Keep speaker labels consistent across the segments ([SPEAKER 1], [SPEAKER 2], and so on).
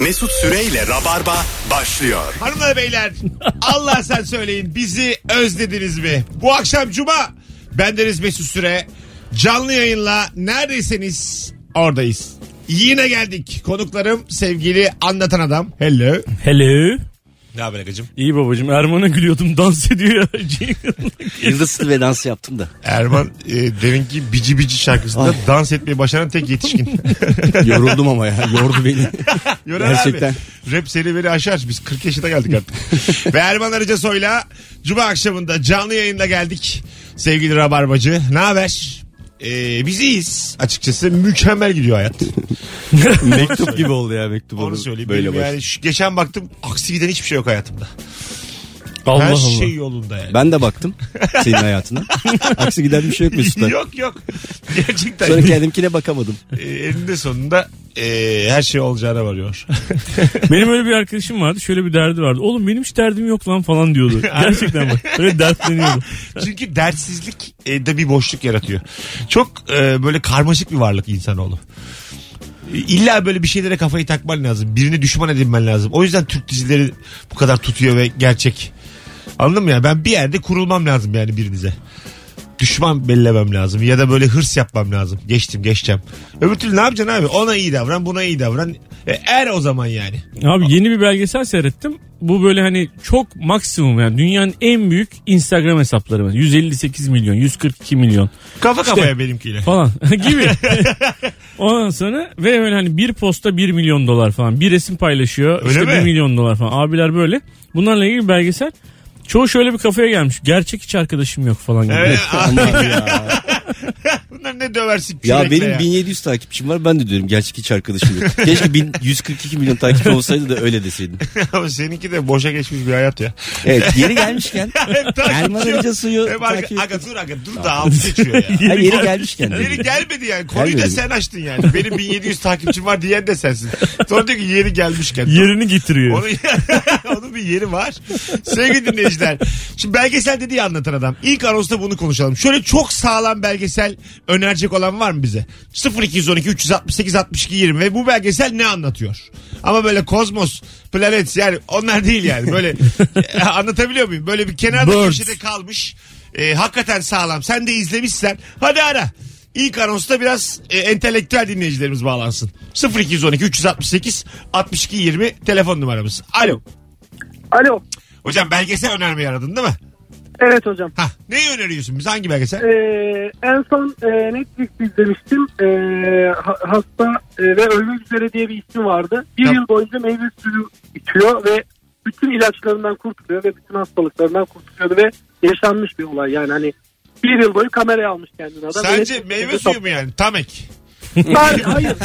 [SPEAKER 1] Mesut Süreyle Rabarba başlıyor.
[SPEAKER 2] Hanımlar beyler, Allah sen söyleyin, bizi özlediniz mi? Bu akşam Cuma, bendeniz Mesut Süre, canlı yayınla neredeyseniz oradayız. Yine geldik. Konuklarım sevgili Anlatan Adam. Hello.
[SPEAKER 3] Hello.
[SPEAKER 2] Ne haber Agacığım?
[SPEAKER 3] İyi babacığım. Erman'a gülüyordum. Dans ediyor ya.
[SPEAKER 4] Yıldızlı ve dans yaptım da.
[SPEAKER 2] Erman deminki Bici Bici şarkısında dans etmeyi başaran tek yetişkin.
[SPEAKER 4] Yoruldum ama ya. Yordu beni. Gerçekten.
[SPEAKER 2] Abi. Rap serüveni aşar. Biz 40 yaşına geldik artık. Ve Erman Arıca Soy'la Cuma akşamında canlı yayınla geldik. Sevgili Rabarbacı. Ne haber? Biz iyiyiz. Açıkçası mükemmel gidiyor hayat.
[SPEAKER 4] Mektup gibi oldu ya, mektup oldu.
[SPEAKER 2] Onu söyleyeyim.
[SPEAKER 4] Böyle
[SPEAKER 2] yani geçen baktım, aksi giden hiçbir şey yok hayatımda.
[SPEAKER 3] Allah
[SPEAKER 2] Her
[SPEAKER 3] Allah.
[SPEAKER 2] şey yolunda yani.
[SPEAKER 4] Ben de baktım senin hayatına. Aksi giden bir şey yok Mesut'ta.
[SPEAKER 2] Yok. Gerçekten.
[SPEAKER 4] Sonra kendimkine bakamadım.
[SPEAKER 2] Eninde sonunda her şey olacağına varıyor.
[SPEAKER 3] Benim öyle bir arkadaşım vardı. Şöyle bir derdi vardı. Oğlum benim hiç derdim yok lan falan diyordu. Gerçekten bak. Öyle dertleniyordu.
[SPEAKER 2] Çünkü dertsizlik de bir boşluk yaratıyor. Çok böyle karmaşık bir varlık insanoğlu. İlla böyle bir şeylere kafayı takman lazım. Birini düşman edinmen lazım. O yüzden Türk dizileri bu kadar tutuyor ve gerçek. Anladın mı ya? Ben bir yerde kurulmam lazım yani birinize. Düşman bellemem lazım. Ya da böyle hırs yapmam lazım. Geçeceğim. Öbür türlü ne yapacaksın abi? Ona iyi davran, buna iyi davran. O zaman yani.
[SPEAKER 3] Abi yeni bir belgesel seyrettim. Bu böyle hani çok maksimum yani. Dünyanın en büyük Instagram hesapları. 158 milyon, 142 milyon.
[SPEAKER 2] Kafa kafaya benimkiyle.
[SPEAKER 3] Falan gibi. Ondan sonra ve böyle hani bir posta 1 milyon dolar falan. Bir resim paylaşıyor.
[SPEAKER 2] Öyle
[SPEAKER 3] işte
[SPEAKER 2] mi?
[SPEAKER 3] 1 milyon dolar falan. Abiler böyle. Bunlarla ilgili bir belgesel. Çoğu şöyle bir kafaya gelmiş. Gerçek hiç arkadaşım yok falan gibi.
[SPEAKER 2] Evet.
[SPEAKER 4] Aman ya.
[SPEAKER 2] Bunlar ne döversin
[SPEAKER 4] Ya
[SPEAKER 2] kürekle
[SPEAKER 4] benim 1700 takipçim var, ben de diyorum gerçek hiç arkadaşım yok. Keşke 142 milyon takipçim olsaydı da öyle deseydin.
[SPEAKER 2] Ama seninki de boşa geçmiş bir hayat ya.
[SPEAKER 4] Evet, yeri gelmişken Erman Arıca Suyu takip
[SPEAKER 2] dur da altı geçiyor ya.
[SPEAKER 4] Hayır, yeri gelmişken.
[SPEAKER 2] Yeri gelmedi yani. Konuyu da
[SPEAKER 4] Gelmedi.
[SPEAKER 2] sen açtın yani. Benim 1700 takipçim var diyen de sensin. Sonra diyor ki yeri gelmişken.
[SPEAKER 3] Yerini getiriyor.
[SPEAKER 2] Onun bir yeri var. Sevgili dinleyiciler. Şimdi belgesel dediği anlatan adam. İlk anonsta bunu konuşalım. Şöyle çok sağlam belgesel önerecek olan var mı bize? 0212 368 62 20 ve bu belgesel ne anlatıyor? Ama böyle kozmos, planet yani onlar değil yani. Böyle anlatabiliyor muyum? Böyle bir kenarda köşede kalmış. Hakikaten sağlam. Sen de izlemişsen hadi ara. İlk anonsta biraz entelektüel dinleyicilerimiz bağlansın. 0212 368 62 20 telefon numaramız.
[SPEAKER 5] Alo.
[SPEAKER 2] Hocam belgesel önermeyi aradın değil mi?
[SPEAKER 5] Evet hocam.
[SPEAKER 2] Neyi öneriyorsun? Biz hangi belgesel?
[SPEAKER 5] En son Netflix izlemiştim. Hasta ve ölmek üzere diye bir ismi vardı. Bir yıl boyunca meyve suyu içiyor ve bütün ilaçlarından kurtuluyor ve bütün hastalıklarından kurtuluyordu ve yaşanmış bir olay. Yani hani bir yıl boyu kameraya almış kendini adam.
[SPEAKER 2] Sence meyve suyu mu yani? Tamek.
[SPEAKER 5] Hayır.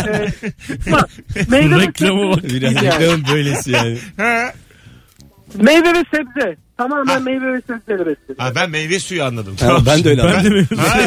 [SPEAKER 5] Meyve ve
[SPEAKER 3] Reklamı bak.
[SPEAKER 5] sebze.
[SPEAKER 4] Biraz reklamın böylesi yani.
[SPEAKER 5] Meyve ve sebze. Tamamen meyve ve sebzeyle besleniyor.
[SPEAKER 2] Ben meyve suyu anladım.
[SPEAKER 4] Ben de öyle anladım.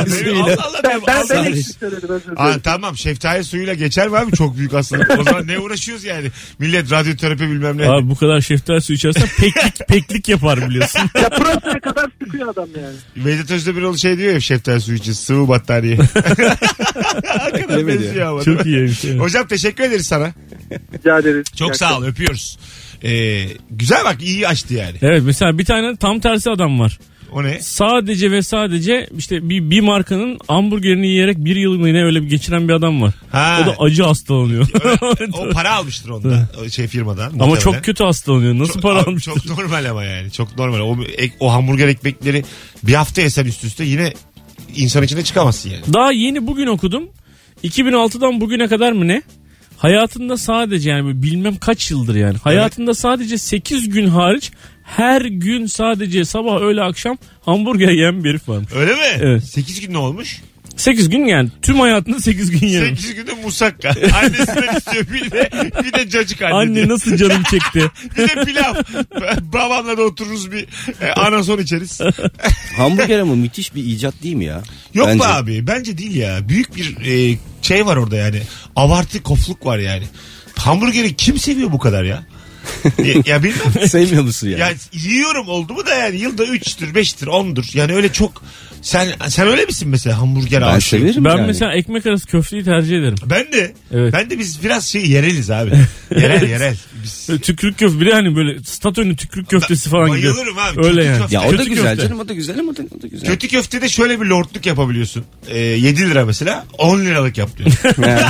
[SPEAKER 5] Ben eksik söyledim, özür dilerim.
[SPEAKER 2] Tamam, şeftali suyuyla geçer mi abi? Çok büyük hastalık. O zaman ne uğraşıyoruz yani? Millet radyoterapi bilmem ne.
[SPEAKER 3] Abi bu kadar şeftali suyu içersen peklik yapar biliyorsun.
[SPEAKER 5] Ya proseye kadar sıkıyor adam yani.
[SPEAKER 2] Vedat Özdemiroğlu şey diyor ya, şeftali suyu için sıvı battaniye. Hakikaten benziyor ama.
[SPEAKER 3] Çok iyi. Evet.
[SPEAKER 2] Hocam teşekkür ederiz sana.
[SPEAKER 5] Rica ederiz.
[SPEAKER 2] Çok sağ ol, öpüyoruz. Güzel bak, iyi açtı yani.
[SPEAKER 3] Evet, mesela bir tane tam tersi adam var.
[SPEAKER 2] O ne?
[SPEAKER 3] Sadece ve sadece işte bir markanın hamburgerini yiyerek bir yıl mı ne öyle bir geçiren bir adam var. O da acı hastalanıyor.
[SPEAKER 2] O para almıştır onda firmadan.
[SPEAKER 3] Ama
[SPEAKER 2] muhtemelen.
[SPEAKER 3] çok kötü hastalanıyor. Nasıl para almış?
[SPEAKER 2] Çok normal ama yani. Çok normal. O hamburger ekmekleri bir hafta yesen üst üste yine insan içine çıkamazsın yani.
[SPEAKER 3] Daha yeni bugün okudum. 2006'dan bugüne kadar mı ne? Hayatında sadece yani bilmem kaç yıldır yani. Hayatında sadece 8 gün hariç her gün sadece sabah öğle akşam hamburger yiyen bir herif varmış.
[SPEAKER 2] Öyle mi?
[SPEAKER 3] Evet.
[SPEAKER 2] 8 gün ne olmuş?
[SPEAKER 3] 8 gün yani. Tüm hayatında 8 gün yemiş.
[SPEAKER 2] 8 günde musakka. Annesinden istiyor bir de cacık anne.
[SPEAKER 3] Anne nasıl canım çekti.
[SPEAKER 2] Bir de pilav. Babamla da otururuz bir anason içeriz.
[SPEAKER 4] Hamburger ama müthiş bir icat değil mi ya?
[SPEAKER 2] Yok
[SPEAKER 4] bence.
[SPEAKER 2] be abi. Bence değil ya. Büyük bir şey var orada yani. Abartı kofluk var yani. Hamburgeri kim seviyor bu kadar ya? Ya bilmem.
[SPEAKER 4] Sevmiyor musun yani?
[SPEAKER 2] Ya yiyorum oldu mu da yani yılda 3'tür 5'tir 10'dur. Yani öyle çok Sen öyle misin mesela hamburger
[SPEAKER 4] Ben
[SPEAKER 2] aşığı?
[SPEAKER 4] severim
[SPEAKER 3] Ben
[SPEAKER 4] yani.
[SPEAKER 3] mesela ekmek arası köfteyi tercih ederim.
[SPEAKER 2] Ben de.
[SPEAKER 3] Evet.
[SPEAKER 2] Ben de biz biraz yereliz abi. Yerel. Biz...
[SPEAKER 3] Böyle tükrük köfte bir de hani böyle stat önü tükrük köftesi falan gibi.
[SPEAKER 2] Bayılırım abi.
[SPEAKER 3] Öyle
[SPEAKER 2] Kötü
[SPEAKER 3] yani.
[SPEAKER 2] köfte.
[SPEAKER 4] Ya o da
[SPEAKER 3] Kötü
[SPEAKER 4] güzel
[SPEAKER 3] köfte.
[SPEAKER 4] canım, o da güzel ama o da güzel.
[SPEAKER 2] Kötü köftede şöyle bir lordluk yapabiliyorsun. 7 lira mesela 10 liralık yap diyor.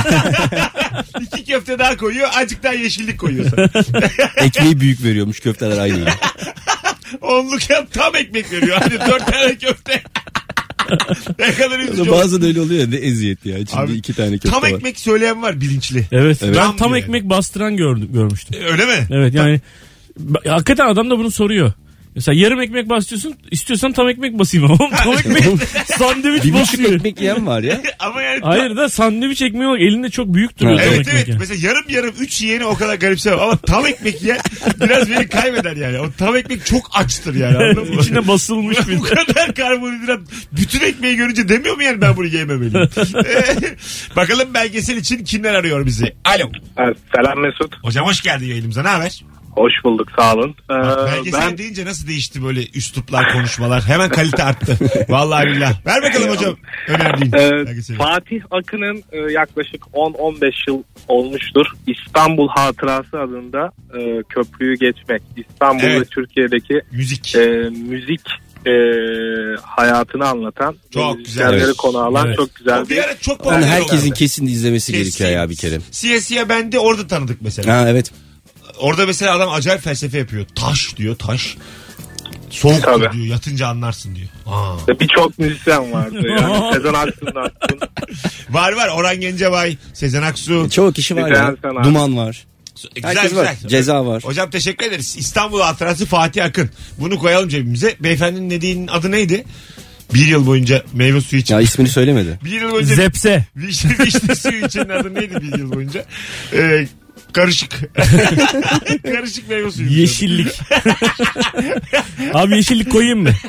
[SPEAKER 2] 2 köfte daha koyuyor, azıcık daha yeşillik koyuyorsun.
[SPEAKER 4] Ekmeği büyük veriyormuş, köfteler aynı.
[SPEAKER 2] Onluk yap, tam ekmek veriyor. Hani 4 tane köfte. Ne kadar üzücü.
[SPEAKER 4] Bazen öyle oluyor ya, ne eziyet ya. İçinde
[SPEAKER 2] Abi,
[SPEAKER 4] 2 tane köfte
[SPEAKER 2] tam
[SPEAKER 4] var.
[SPEAKER 2] ekmek söyleyen var bilinçli.
[SPEAKER 3] Evet.
[SPEAKER 4] Evet.
[SPEAKER 3] Ben tam
[SPEAKER 2] Yani.
[SPEAKER 3] ekmek bastıran görmüştüm.
[SPEAKER 2] Öyle mi?
[SPEAKER 3] Evet yani hakikaten adam da bunu soruyor. Mesela yarım ekmek basıyorsun, istiyorsan tam ekmek basayım ama tam ekmek sandviç
[SPEAKER 4] Bir buçuk
[SPEAKER 3] basıyor.
[SPEAKER 4] ekmek yiyen var ya.
[SPEAKER 2] Ama yani
[SPEAKER 3] Hayır da sandviç ekmeği bak elinde çok büyük duruyor.
[SPEAKER 4] Ha.
[SPEAKER 3] tam
[SPEAKER 2] evet
[SPEAKER 3] ekmek
[SPEAKER 2] evet.
[SPEAKER 3] yani.
[SPEAKER 2] Mesela yarım 3 yiyeni o kadar garipsemem ama tam ekmek yiyen biraz beni kaybeder yani. O tam ekmek çok açtır yani, anladın mı?
[SPEAKER 3] İçine basılmış bir.
[SPEAKER 2] Bu kadar karbonhidrat bütün ekmeği görünce demiyor mu yani ben bunu yememeliyim? Bakalım belgesel için kimler arıyor bizi? Alo.
[SPEAKER 5] Selam Mesut.
[SPEAKER 2] Hocam hoş geldin yayınımıza, ne haber?
[SPEAKER 5] Hoş bulduk, sağ olun.
[SPEAKER 2] Belgesel deyince nasıl değişti böyle üsluplar, konuşmalar? Hemen kalite arttı. Vallahi billah. Ver bakalım hocam önerdiğin belgeseli.
[SPEAKER 5] Fatih Akın'ın yaklaşık 10-15 yıl olmuştur. İstanbul Hatırası adında köprüyü geçmek. İstanbul
[SPEAKER 2] Evet.
[SPEAKER 5] ve Türkiye'deki
[SPEAKER 2] Müzik.
[SPEAKER 5] müzik hayatını anlatan,
[SPEAKER 2] Çok güzel.
[SPEAKER 5] müzisyenleri
[SPEAKER 4] Evet.
[SPEAKER 5] konu alan
[SPEAKER 3] Evet.
[SPEAKER 5] çok güzel
[SPEAKER 2] Bir ara çok popüler
[SPEAKER 4] Onu
[SPEAKER 2] oldu.
[SPEAKER 4] herkesin kesin izlemesi gerekiyor ya bir kere.
[SPEAKER 2] Siyasiye bendi orada tanıdık mesela.
[SPEAKER 4] Ha evet.
[SPEAKER 2] Orada mesela adam acayip felsefe yapıyor. Taş diyor, taş. Soğuk
[SPEAKER 5] Tabii.
[SPEAKER 2] diyor, yatınca anlarsın diyor.
[SPEAKER 5] Birçok müzisyen vardı. Yani Sezen Aksu'ndan
[SPEAKER 2] Var Orhan Gencebay, Sezen Aksu.
[SPEAKER 4] Çoğu kişi var
[SPEAKER 5] Güzel
[SPEAKER 4] ya.
[SPEAKER 5] sanat.
[SPEAKER 4] Duman var.
[SPEAKER 2] Güzel
[SPEAKER 4] Herkes var. Ceza var.
[SPEAKER 2] Hocam teşekkür ederiz. İstanbul Hatırası Fatih Akın. Bunu koyalım cebimize. Beyefendinin dediğinin adı neydi? Bir yıl boyunca meyve suyu için.
[SPEAKER 4] Ya ismini söylemedi.
[SPEAKER 2] Bir yıl boyunca
[SPEAKER 3] Zepse.
[SPEAKER 2] vişne suyu için adı neydi bir yıl boyunca? Karışık. Karışık meyve suyu.
[SPEAKER 3] Yeşillik. Abi yeşillik koyayım mı?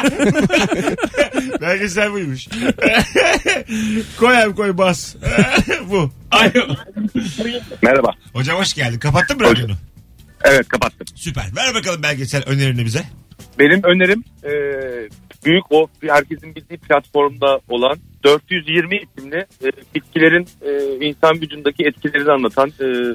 [SPEAKER 2] Belgesel buymuş. Koy abi koy bas. Bu. Alo.
[SPEAKER 5] Merhaba.
[SPEAKER 2] Hocam hoş geldin. Kapattın mı radyonu?
[SPEAKER 5] Evet, kapattım.
[SPEAKER 2] Süper. Ver bakalım belgesel önerini bize.
[SPEAKER 6] Benim önerim büyük o herkesin bildiği platformda olan 420 isimli bitkilerin insan vücudundaki etkilerini anlatan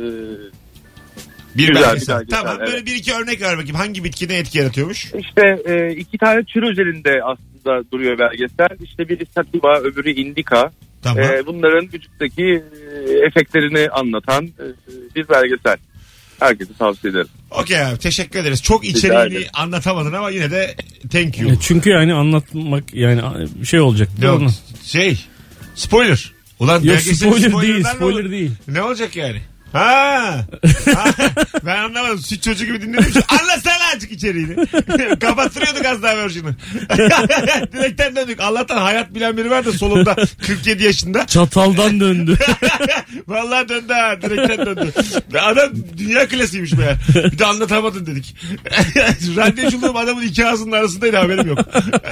[SPEAKER 2] Bir
[SPEAKER 6] güzel,
[SPEAKER 2] belgesel.
[SPEAKER 6] güzel,
[SPEAKER 2] Tamam
[SPEAKER 6] evet.
[SPEAKER 2] böyle bir iki örnek ver bakayım. Hangi bitki ne etki yaratıyormuş?
[SPEAKER 6] işte 2 tane tür üzerinde aslında duruyor belgesel. İşte biri sativa, öbürü indica.
[SPEAKER 2] Tamam.
[SPEAKER 6] Bunların vücuttaki efektlerini anlatan bir belgesel. Herkese tavsiye ederim.
[SPEAKER 2] Okey abi teşekkür ederiz. Çok
[SPEAKER 6] Rica
[SPEAKER 2] içeriğini
[SPEAKER 6] ederim.
[SPEAKER 2] anlatamadın ama yine de thank you.
[SPEAKER 3] Çünkü yani anlatmak yani şey olacak.
[SPEAKER 2] Ne oldu? Spoiler. Ulan
[SPEAKER 3] Yok
[SPEAKER 2] belgeselin
[SPEAKER 3] spoiler değil,
[SPEAKER 2] spoiler'dan ne olur?
[SPEAKER 3] spoiler değil.
[SPEAKER 2] Ne olacak yani? Ha. Ben anlamadım. Süt çocuğu gibi dinledim. Anlatsana azıcık içeriğini. Kapattırıyorduk az daha versiyonu. Direkten döndük. Allah'tan hayat bilen biri var da solunda 47 yaşında.
[SPEAKER 3] Çataldan döndü.
[SPEAKER 2] Vallahi döndü ha. Direkten döndü. Adam dünya klasıymış meğer. Bir de anlatamadın dedik. Radyoculuğum adamın iki ağzının arasındaydı, haberim yok.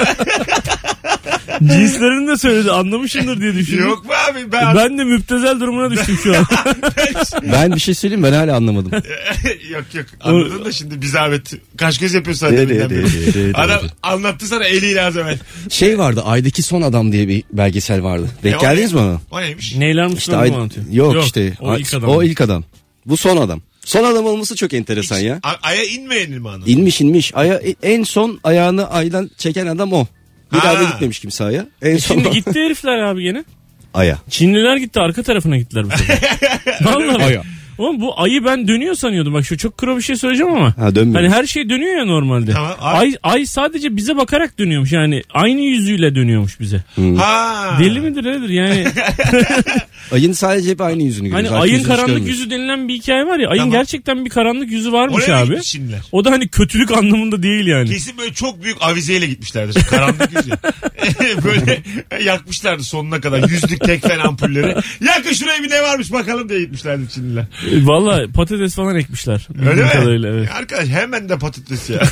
[SPEAKER 3] Cinslerini de söyledi, anlamışımdır diye düşündüm.
[SPEAKER 2] Yok mu abi?
[SPEAKER 3] Ben de müptezel durumuna düştüm şu an.
[SPEAKER 4] Ben bir şey söyleyeyim, ben hala anlamadım.
[SPEAKER 2] Yok anladın da şimdi bir zahmet. Kaş göz yapıyorsun zaten. Adam anlattı sana eliyle az evvel.
[SPEAKER 4] Şey vardı, Ay'daki Son Adam diye bir belgesel vardı. Denk geldiniz mi ona?
[SPEAKER 2] O neymiş?
[SPEAKER 3] Neyler mi
[SPEAKER 4] İşte Ay, yok işte.
[SPEAKER 3] O ilk adam.
[SPEAKER 4] O ilk adam. Bu son adam. Son adam olması çok enteresan ya.
[SPEAKER 2] Ay'a inmeyenin mi anladın?
[SPEAKER 4] İnmiş. En son ayağını aydan çeken adam o. Bir
[SPEAKER 2] Ha.
[SPEAKER 4] daha da gitmemiş kimse aya. En son
[SPEAKER 3] Şimdi gitti herifler abi gene.
[SPEAKER 4] aya.
[SPEAKER 3] Çinliler gitti, arka tarafına gittiler bu sefer. Vallahi.
[SPEAKER 4] Aya.
[SPEAKER 3] Oğlum bu ayı ben dönüyor sanıyordum. Bak şu çok kro bir şey söyleyeceğim ama.
[SPEAKER 4] Ha, dönmüyor.
[SPEAKER 3] Hani her şey dönüyor ya normalde.
[SPEAKER 2] Tamam, abi.
[SPEAKER 3] Ay sadece bize bakarak dönüyormuş yani. Aynı yüzüyle dönüyormuş bize.
[SPEAKER 2] Ha.
[SPEAKER 3] Deli midir nedir yani?
[SPEAKER 4] Ayın sadece hep aynı yüzünü görüyoruz.
[SPEAKER 3] Hani
[SPEAKER 4] Başka
[SPEAKER 3] ayın
[SPEAKER 4] yüzünü hiç
[SPEAKER 3] karanlık
[SPEAKER 4] görmüyoruz.
[SPEAKER 3] yüzü denilen bir hikaye var ya. Ayın
[SPEAKER 2] Tamam.
[SPEAKER 3] gerçekten bir karanlık yüzü varmış
[SPEAKER 2] Oraya
[SPEAKER 3] abi.
[SPEAKER 2] gitmiş Çinliler.
[SPEAKER 3] O da hani kötülük anlamında değil yani.
[SPEAKER 2] Kesin böyle çok büyük avizeyle gitmişlerdir. Karanlık yüzü. Böyle yakmışlardı sonuna kadar. Yüzlük tekfen ampulleri. Yakın şuraya bir ne varmış bakalım diye gitmişlerdi Çinliler.
[SPEAKER 3] Valla patates falan ekmişler.
[SPEAKER 2] Öyle mi?
[SPEAKER 3] Kadarıyla, evet.
[SPEAKER 2] Arkadaş hemen de patates ya.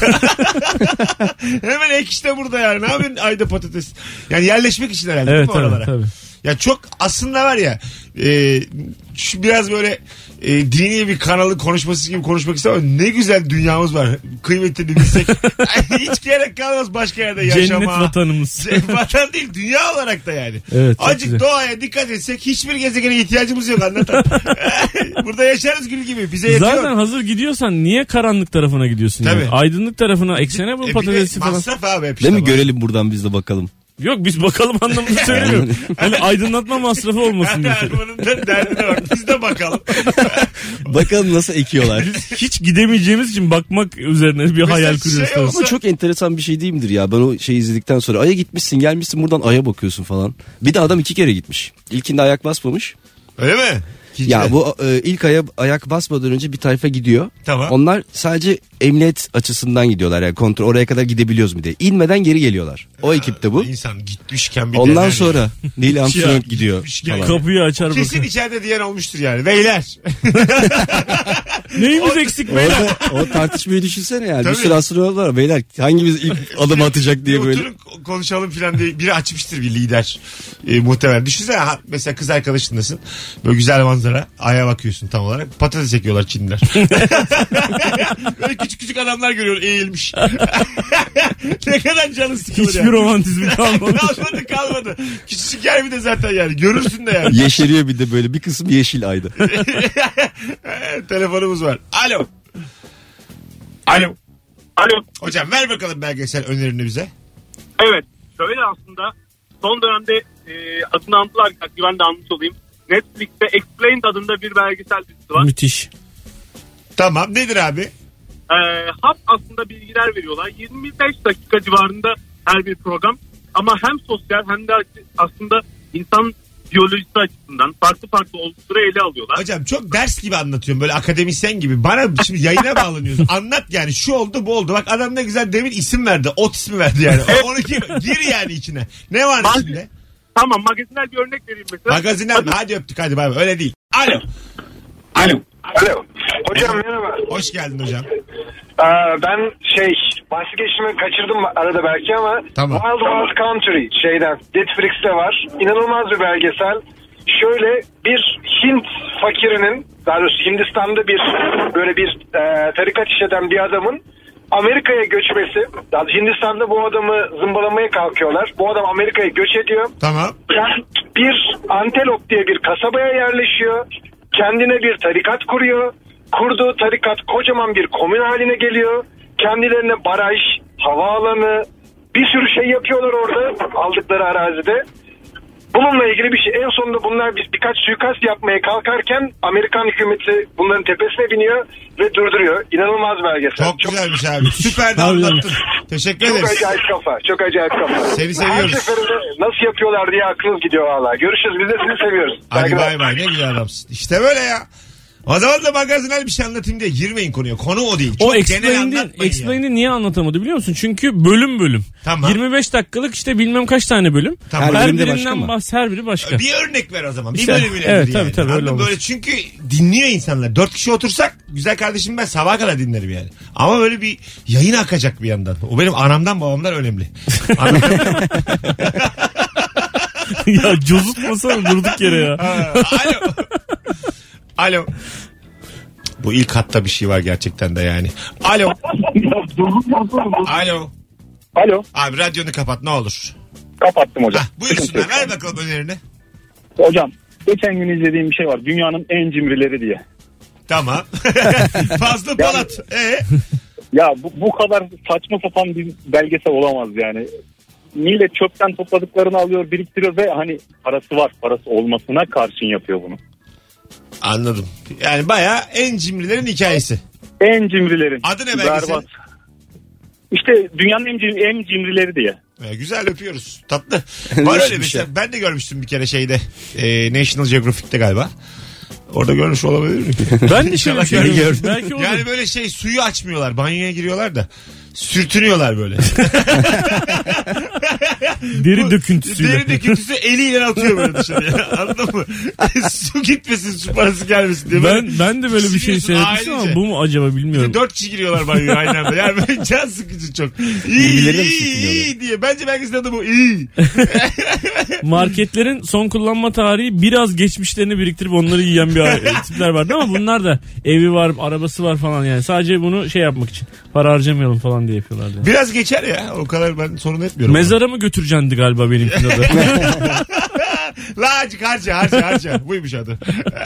[SPEAKER 2] Hemen ek işte burada yani. Ne yapıyorsun ayda patates? Yani yerleşmek için herhalde
[SPEAKER 3] Evet
[SPEAKER 2] değil mi oralara?
[SPEAKER 3] tabii.
[SPEAKER 2] Ya çok aslında var ya şu biraz böyle dini bir kanalı konuşması gibi konuşmak istemem. Ne güzel dünyamız var. Kıymetini bilsek. Hiç gerek kalmaz başka yerde yaşama.
[SPEAKER 3] Cennet vatanımız.
[SPEAKER 2] Vatan değil dünya olarak da yani.
[SPEAKER 3] Evet,
[SPEAKER 2] azıcık doğaya dikkat etsek hiçbir gezegene ihtiyacımız yok anlatan. Burada yaşarız gül gibi. Bize yetiyor.
[SPEAKER 3] Zaten hazır gidiyorsan niye karanlık tarafına gidiyorsun?
[SPEAKER 2] Tabii.
[SPEAKER 3] Yani? Aydınlık tarafına eksene bu patatesi falan.
[SPEAKER 2] Masraf abi hep
[SPEAKER 4] Değil mi?
[SPEAKER 2] bak.
[SPEAKER 4] Görelim buradan biz de bakalım.
[SPEAKER 3] Yok biz bakalım anlamında söylemiyorum. Hani aydınlatma masrafı olmasın diye.
[SPEAKER 2] Bunun da derdine bak. Biz de bakalım.
[SPEAKER 4] Bakalım nasıl ekiyorlar.
[SPEAKER 3] Hiç gidemeyeceğimiz için bakmak üzerine bir hayal kuruyoruz.
[SPEAKER 2] şey olsa-
[SPEAKER 4] Ama çok enteresan bir şey değil midir ya? Ben o şeyi izledikten sonra Ay'a gitmişsin, gelmişsin, buradan Ay'a bakıyorsun falan. Bir de adam 2 kere gitmiş. İlkinde ayak basmamış.
[SPEAKER 2] Öyle mi?
[SPEAKER 4] Ya bu ilk Ay'a ayak basmadan önce bir tayfa gidiyor.
[SPEAKER 2] Tamam.
[SPEAKER 4] Onlar sadece emniyet açısından gidiyorlar, yani kontrol, oraya kadar gidebiliyoruz mu diye. İnmeden geri geliyorlar. O ekipte bu.
[SPEAKER 2] İnsan gitmişken bir
[SPEAKER 4] Ondan
[SPEAKER 2] dener
[SPEAKER 4] sonra Neil Armstrong gidiyor
[SPEAKER 2] gitmişken-
[SPEAKER 4] falan.
[SPEAKER 3] Kapıyı açar
[SPEAKER 2] Kesin
[SPEAKER 3] bakar.
[SPEAKER 2] içeride diyen olmuştur yani. Beyler.
[SPEAKER 3] Neyimiz eksik beyler?
[SPEAKER 4] Orada o tartışmayı düşünsene yani.
[SPEAKER 2] Tabii.
[SPEAKER 4] Bir sürü astronot var. Beyler hangimiz ilk adım atacak diye böyle.
[SPEAKER 2] Oturun konuşalım falan diye biri açmıştır bir lider. Muhtemelen. Düşünsene mesela kız arkadaşındasın. Böyle güzel manzara. Aya bakıyorsun tam olarak. Patates çekiyorlar Çinliler. Böyle küçük küçük adamlar görüyor eğilmiş. Ne kadar canı sıkılır
[SPEAKER 3] Hiçbir
[SPEAKER 2] yani.
[SPEAKER 3] romantizmi kalmamış.
[SPEAKER 2] kalmadı. Küçücük yer bir de zaten yani. Görürsün de yani.
[SPEAKER 4] Yeşeriyor bir de böyle bir kısım yeşil ayda.
[SPEAKER 2] Telefonumuz var. Alo. Alo.
[SPEAKER 6] Alo.
[SPEAKER 2] Hocam ver bakalım belgesel önerini bize.
[SPEAKER 6] Evet. Şöyle aslında son dönemde adını andılar. Ben de anmış olayım. Netflix'te Explained adında bir belgesel dizisi var.
[SPEAKER 3] Müthiş.
[SPEAKER 2] Tamam nedir abi?
[SPEAKER 6] Hap aslında bilgiler veriyorlar. 25 dakika civarında her bir program. Ama hem sosyal hem de aslında insan biyolojisi açısından farklı olguları ele alıyorlar.
[SPEAKER 2] Hocam çok ders gibi anlatıyorum böyle akademisyen gibi. Bana şimdi yayına bağlanıyorsun. Anlat yani şu oldu bu oldu. Bak adam ne güzel demin isim verdi. Ot ismi verdi yani. Onu gir yani içine. Ne var içinde?
[SPEAKER 6] Tamam magazinel bir örnek vereyim mesela.
[SPEAKER 2] Magazinel mi? Hadi öptük hadi bay bay. Öyle değil. Alo.
[SPEAKER 7] Alo. Alo. Hocam merhaba.
[SPEAKER 2] Hoş geldin hocam.
[SPEAKER 7] Ben bahsi geçimi kaçırdım arada belki ama
[SPEAKER 2] Tamam.
[SPEAKER 7] Wild Wild Country Netflix'te var. İnanılmaz bir belgesel. Şöyle bir Hint fakirinin, daha doğrusu Hindistan'da böyle bir tarikat işleten bir adamın Amerika'ya göçmesi. Hindistan'da bu adamı zımbalamaya kalkıyorlar. Bu adam Amerika'ya göç ediyor.
[SPEAKER 2] Tamam.
[SPEAKER 7] Bir Antelop diye bir kasabaya yerleşiyor. Kendine bir tarikat kuruyor. Kurduğu tarikat kocaman bir komün haline geliyor. Kendilerine baraj, havaalanı, bir sürü şey yapıyorlar orada aldıkları arazide. Bununla ilgili bir şey. En sonunda bunlar birkaç suikast yapmaya kalkarken Amerikan hükümeti bunların tepesine biniyor ve durduruyor. İnanılmaz belgesel.
[SPEAKER 2] Çok güzelmiş abi. Süper de anlattın. Teşekkür
[SPEAKER 7] Çok
[SPEAKER 2] ederiz.
[SPEAKER 7] acayip kafa. Çok acayip kafa.
[SPEAKER 2] Seni seviyoruz.
[SPEAKER 7] Her seferinde nasıl yapıyorlar diye aklınız gidiyor valla. Görüşürüz. Biz de sizi seviyoruz.
[SPEAKER 2] Hadi
[SPEAKER 7] Saygılar.
[SPEAKER 2] bay bay ne güzel adamsın. İşte böyle ya. O zaman da magazinel bir şey anlatayım diye girmeyin konuya. Konu o değil. Çok
[SPEAKER 3] O
[SPEAKER 2] genel anlatmayın
[SPEAKER 3] Explained'i niye anlatamadı biliyor musun? Çünkü bölüm.
[SPEAKER 2] Tamam.
[SPEAKER 3] 25 dakikalık işte bilmem kaç tane bölüm.
[SPEAKER 2] Tamam.
[SPEAKER 3] Her
[SPEAKER 4] Her bölümde başka
[SPEAKER 3] birinden
[SPEAKER 4] mı?
[SPEAKER 3] her biri başka.
[SPEAKER 2] Bir örnek ver o zaman.
[SPEAKER 3] İşte,
[SPEAKER 2] bir bölümüne
[SPEAKER 3] evet,
[SPEAKER 2] bir
[SPEAKER 3] tabii,
[SPEAKER 2] yani.
[SPEAKER 3] tabii, öyle
[SPEAKER 2] Anladın mı?
[SPEAKER 3] olur.
[SPEAKER 2] Böyle çünkü dinliyor insanlar. 4 kişi otursak güzel kardeşim ben sabaha kadar dinlerim yani. Ama böyle bir yayın akacak bir yandan. O benim anamdan babamdan önemli.
[SPEAKER 3] Ya cozutmasana durduk yere ya.
[SPEAKER 2] Alo. Alo. Bu ilk hatta bir şey var gerçekten de yani. Alo. Alo.
[SPEAKER 5] Alo.
[SPEAKER 2] Abi radyonu kapat ne olur.
[SPEAKER 5] Kapattım hocam.
[SPEAKER 2] Hah, buyursunlar ver bakalım önerini.
[SPEAKER 5] Hocam geçen gün izlediğim bir şey var. Dünyanın en cimrileri diye.
[SPEAKER 2] Tamam. Fazla Polat.
[SPEAKER 5] Ya bu kadar saçma sapan bir belgesel olamaz yani. Millet çöpten topladıklarını alıyor, biriktiriyor ve hani parası var. Parası olmasına karşın yapıyor bunu.
[SPEAKER 2] Anladım. Yani bayağı en cimrilerin hikayesi.
[SPEAKER 5] En cimrilerin.
[SPEAKER 2] Adı ne belgesel?
[SPEAKER 5] Berbat. İşte dünyanın en cimrileri diye.
[SPEAKER 2] Güzel öpüyoruz. Tatlı. Var öyle mesela. Ben de görmüştüm bir kere şeyde. National Geographic'te galiba. Orada görmüş olabilir mi?
[SPEAKER 3] Ben de şöyle bir şey gördüm. Belki olur.
[SPEAKER 2] Yani böyle suyu açmıyorlar. Banyoya giriyorlar da. Sürtünüyorlar böyle.
[SPEAKER 3] Deri döküntüsüyle.
[SPEAKER 2] Deri döküntüsü eliyle atıyor böyle dışarıya. Anladın mı? Su gitmesin, su parası gelmesin diye.
[SPEAKER 3] Ben de böyle bir şey seyretmiştim ama bu mu acaba bilmiyorum.
[SPEAKER 2] 4 kişi giriyorlar banyoya aynı anda. Yani böyle can sıkıcı çok. İyi diye. Bence belgesel adı bu. İyi.
[SPEAKER 3] Marketlerin son kullanma tarihi biraz geçmişlerini biriktirip onları yiyen bir tipler vardı ama bunlar da evi var, arabası var falan yani. Sadece bunu şey yapmak için. Para harcamayalım falan diye yapıyorlardı. Yani.
[SPEAKER 2] Biraz geçer ya. O kadar ben sorun etmiyorum.
[SPEAKER 3] Mezara mı götürecekti galiba benimkinde de.
[SPEAKER 2] La harca. Buymuş adı.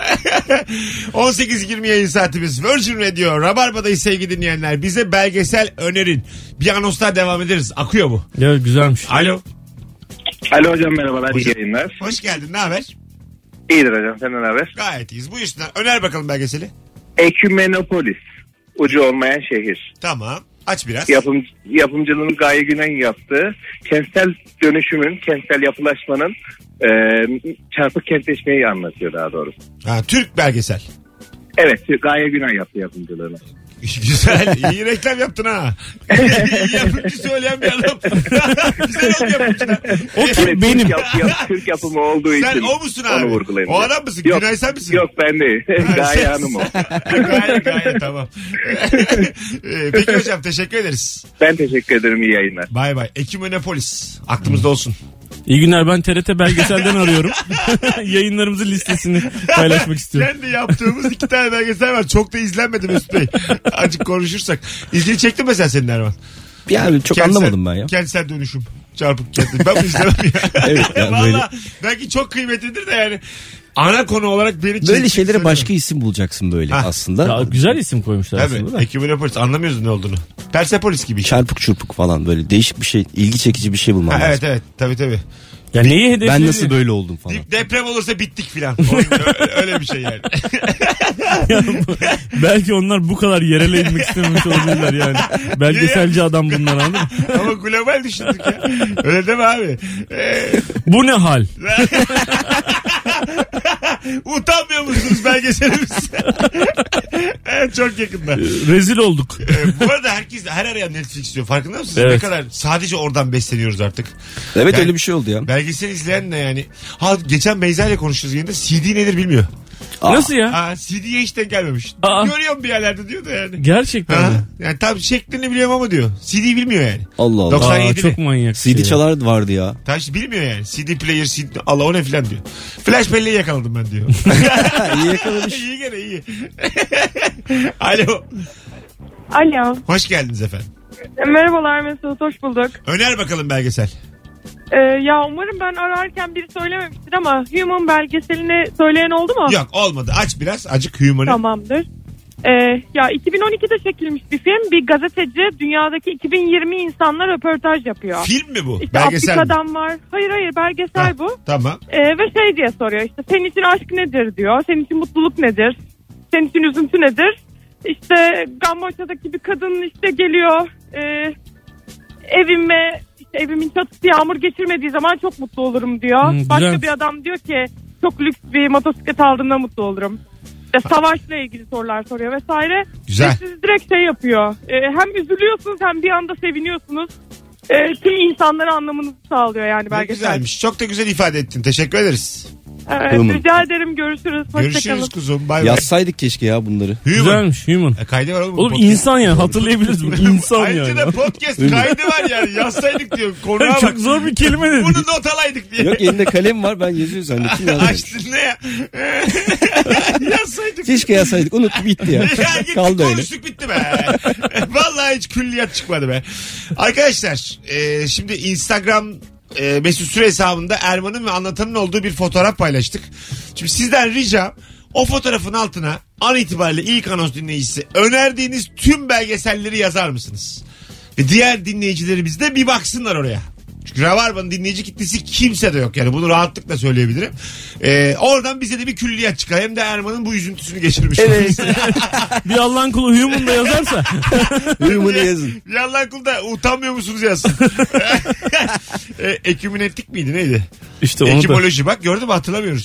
[SPEAKER 2] 18:20 yayın saatimiz. Virgin Radio. Rabarba'dayız sevgili dinleyenler. Bize belgesel önerin. Bir anonslar devam ederiz. Akıyor bu.
[SPEAKER 3] Evet güzelmiş.
[SPEAKER 2] Alo.
[SPEAKER 8] Alo hocam merhabalar. İyi yayınlar.
[SPEAKER 2] Hoş geldin. Ne haber?
[SPEAKER 8] İyidir hocam. Senden ne haber?
[SPEAKER 2] Gayet iyiyiz. Buyursunlar. Öner bakalım belgeseli.
[SPEAKER 8] Ekümenopolis. Ucu olmayan şehir.
[SPEAKER 2] Tamam. Aç biraz.
[SPEAKER 8] Yapımcılığını Gaye Günay'ın yaptığı kentsel dönüşümün, kentsel yapılaşmanın çarpık kentleşmeyi anlatıyor daha doğrusu.
[SPEAKER 2] Ha, Türk belgesel.
[SPEAKER 8] Evet, Gaye Günay yaptı yapımcılığını.
[SPEAKER 2] Güzel. İyi reklam yaptın ha. İyi yapımcı söyleyen bir adam. Güzel oldu yapımcılar.
[SPEAKER 3] O Türk benim.
[SPEAKER 8] Türk yapımı olduğu
[SPEAKER 2] Sen
[SPEAKER 8] için.
[SPEAKER 2] O musun abi?
[SPEAKER 8] Onu vurgulayayım.
[SPEAKER 2] O adam mısın?
[SPEAKER 8] Yok,
[SPEAKER 2] Günay sen misin?
[SPEAKER 8] Yok ben değil. Gaye Hanım o.
[SPEAKER 2] Gaye tamam. Peki hocam teşekkür ederiz.
[SPEAKER 8] Ben teşekkür ederim. İyi yayınlar.
[SPEAKER 2] Bay bay. Ekümenopolis. Aklımızda olsun.
[SPEAKER 3] İyi günler, ben TRT belgeselden arıyorum. Yayınlarımızın listesini paylaşmak istiyorum.
[SPEAKER 2] Kendi yaptığımız 2 tane belgesel var. Çok da izlenmedi Mesut Bey. Azıcık konuşursak. İlgini çekti mesela senin Erman.
[SPEAKER 4] Yani çok anlamadım ben ya.
[SPEAKER 2] Kentsel dönüşüm. Çarpık kentsel. Ben bunu izlemem ya.
[SPEAKER 4] Evet yani
[SPEAKER 2] Valla
[SPEAKER 4] böyle.
[SPEAKER 2] belki çok kıymetlidir de yani. Ana konu olarak beni
[SPEAKER 4] Böyle şeylere başka isim bulacaksın böyle aslında.
[SPEAKER 3] Ya, güzel isim koymuşlar
[SPEAKER 2] Tabii.
[SPEAKER 3] aslında.
[SPEAKER 2] Ekümenopolis anlamıyoruz ne olduğunu. Persepolis gibi.
[SPEAKER 4] Çarpık çurpuk falan böyle değişik bir şey, ilgi çekici bir şey bulman lazım.
[SPEAKER 2] Evet tabii.
[SPEAKER 3] Ya neyi hedefledi?
[SPEAKER 4] Ben nasıl böyle oldum falan.
[SPEAKER 2] Deprem olursa bittik filan. Öyle bir şey yani.
[SPEAKER 3] Belki onlar bu kadar yerele inmek istememiş olabilirler yani. Belgeselci adam bunlar, anladın mı?
[SPEAKER 2] Ama global düşündük ya. Öyle değil mi abi?
[SPEAKER 3] Bu ne hal?
[SPEAKER 2] Utanmıyor musunuz belgeselimiz? Evet, çok yakında.
[SPEAKER 3] Rezil olduk.
[SPEAKER 2] Bu arada her arayan Netflix diyor. Farkında mısınız?
[SPEAKER 3] Evet.
[SPEAKER 2] Ne kadar sadece oradan besleniyoruz artık.
[SPEAKER 4] Evet
[SPEAKER 2] Yani
[SPEAKER 4] öyle bir şey oldu ya.
[SPEAKER 2] Belgesel izleyen de yani. Ha, geçen Beyza ile konuşuyoruz yine de CD nedir bilmiyor.
[SPEAKER 3] Nasıl ya?
[SPEAKER 2] Ha, CD'ye hiç denk gelmemiş.
[SPEAKER 3] Aa.
[SPEAKER 2] Görüyorum bir yerlerde diyor da yani.
[SPEAKER 3] Gerçekten
[SPEAKER 2] Ha,
[SPEAKER 3] mi?
[SPEAKER 2] yani tam şeklini biliyorum ama diyor. CD bilmiyor yani.
[SPEAKER 4] Allah Allah.
[SPEAKER 2] 97'li.
[SPEAKER 3] Çok manyak.
[SPEAKER 4] CD çalar vardı ya.
[SPEAKER 2] Tam işte bilmiyor yani. CD player, CD Allah o ne filan diyor. Flash belleği yakaladım ben diyor.
[SPEAKER 4] İyi yakalamış.
[SPEAKER 2] İyi gene iyi. Alo.
[SPEAKER 9] Alo.
[SPEAKER 2] Hoş geldiniz efendim.
[SPEAKER 9] Merhabalar Mesut, hoş bulduk.
[SPEAKER 2] Öner bakalım belgesel.
[SPEAKER 9] Ya umarım ben ararken biri söylememiştir ama Human belgeselini söyleyen oldu mu?
[SPEAKER 2] Yok olmadı. Aç biraz. Acık Human'ı.
[SPEAKER 9] Tamamdır. Ya 2012'de çekilmiş bir film. Bir gazeteci dünyadaki 2020 insanla röportaj yapıyor.
[SPEAKER 2] Film mi bu?
[SPEAKER 9] İşte
[SPEAKER 2] Belgesel mi?
[SPEAKER 9] Afrika'dan var. Hayır belgesel bu.
[SPEAKER 2] Tamam.
[SPEAKER 9] Ve şey diye soruyor işte senin için aşk nedir diyor. Senin için mutluluk nedir? Senin için üzüntü nedir? İşte Kamboçya'daki bir kadın işte geliyor evimin çatısı yağmur geçirmediği zaman çok mutlu olurum diyor. Başka bir adam diyor ki çok lüks bir motosiklet aldığımda mutlu olurum. İşte savaşla ilgili sorular soruyor vesaire.
[SPEAKER 2] Güzel.
[SPEAKER 9] Ve siz direkt şey yapıyor. Hem üzülüyorsunuz hem bir anda seviniyorsunuz. Tüm insanları anlamanızı sağlıyor yani
[SPEAKER 2] Ne
[SPEAKER 9] belgesel.
[SPEAKER 2] güzelmiş. Çok da güzel ifade ettin. Teşekkür ederiz.
[SPEAKER 9] Evet, rica ederim, görüşürüz.
[SPEAKER 2] Görüşürüz
[SPEAKER 9] Hoşçakalın.
[SPEAKER 2] kuzum. Bay bay.
[SPEAKER 4] Yazsaydık keşke ya bunları.
[SPEAKER 3] Güzelmiş Human.
[SPEAKER 2] Kaydı var oğlum.
[SPEAKER 3] Oğlum
[SPEAKER 2] podcast.
[SPEAKER 3] insan ya, hatırlayabiliriz bunu. İnsan
[SPEAKER 2] Ayrıca
[SPEAKER 3] yani.
[SPEAKER 2] da podcast kaydı var yani. Yazsaydık diyor. Konuğa bak.
[SPEAKER 3] Çok zor bir kelime dedi.
[SPEAKER 2] Bunu not alaydık diye.
[SPEAKER 4] Yok elinde kalem var, ben yazıyor zannettim. Yazmadım.
[SPEAKER 2] Açtın ne ya? Yazsaydık.
[SPEAKER 4] Keşke yazsaydık, unuttum gitti ya.
[SPEAKER 2] Ya gittik,
[SPEAKER 4] Kaldı öyle.
[SPEAKER 2] konuştuk bitti be. Vallahi hiç külliyat çıkmadı be. Arkadaşlar şimdi Instagram Mesut Süre hesabında Erman'ın ve Anlatan'ın olduğu bir fotoğraf paylaştık. Şimdi sizden ricam o fotoğrafın altına an itibariyle ilk anons dinleyicisi önerdiğiniz tüm belgeselleri yazar mısınız? Ve diğer dinleyicilerimiz de bir baksınlar oraya. Çünkü Rabarba'nın dinleyici kitlesi kimse de yok yani, bunu rahatlıkla söyleyebilirim. Oradan bize de bir külliyat çıkar. Hem de Erman'ın bu üzüntüsünü geçirmiş oluruz.
[SPEAKER 3] Bir Allah'ın kulu Human da yazarsa.
[SPEAKER 4] Human'ı yazın.
[SPEAKER 2] Bir Allah'ın kulu da utanmıyor musunuz yazsın. Ekümünetik miydi neydi?
[SPEAKER 3] İşte onu da.
[SPEAKER 2] Ekimoloji bak, gördün mü, hatırlamıyoruz.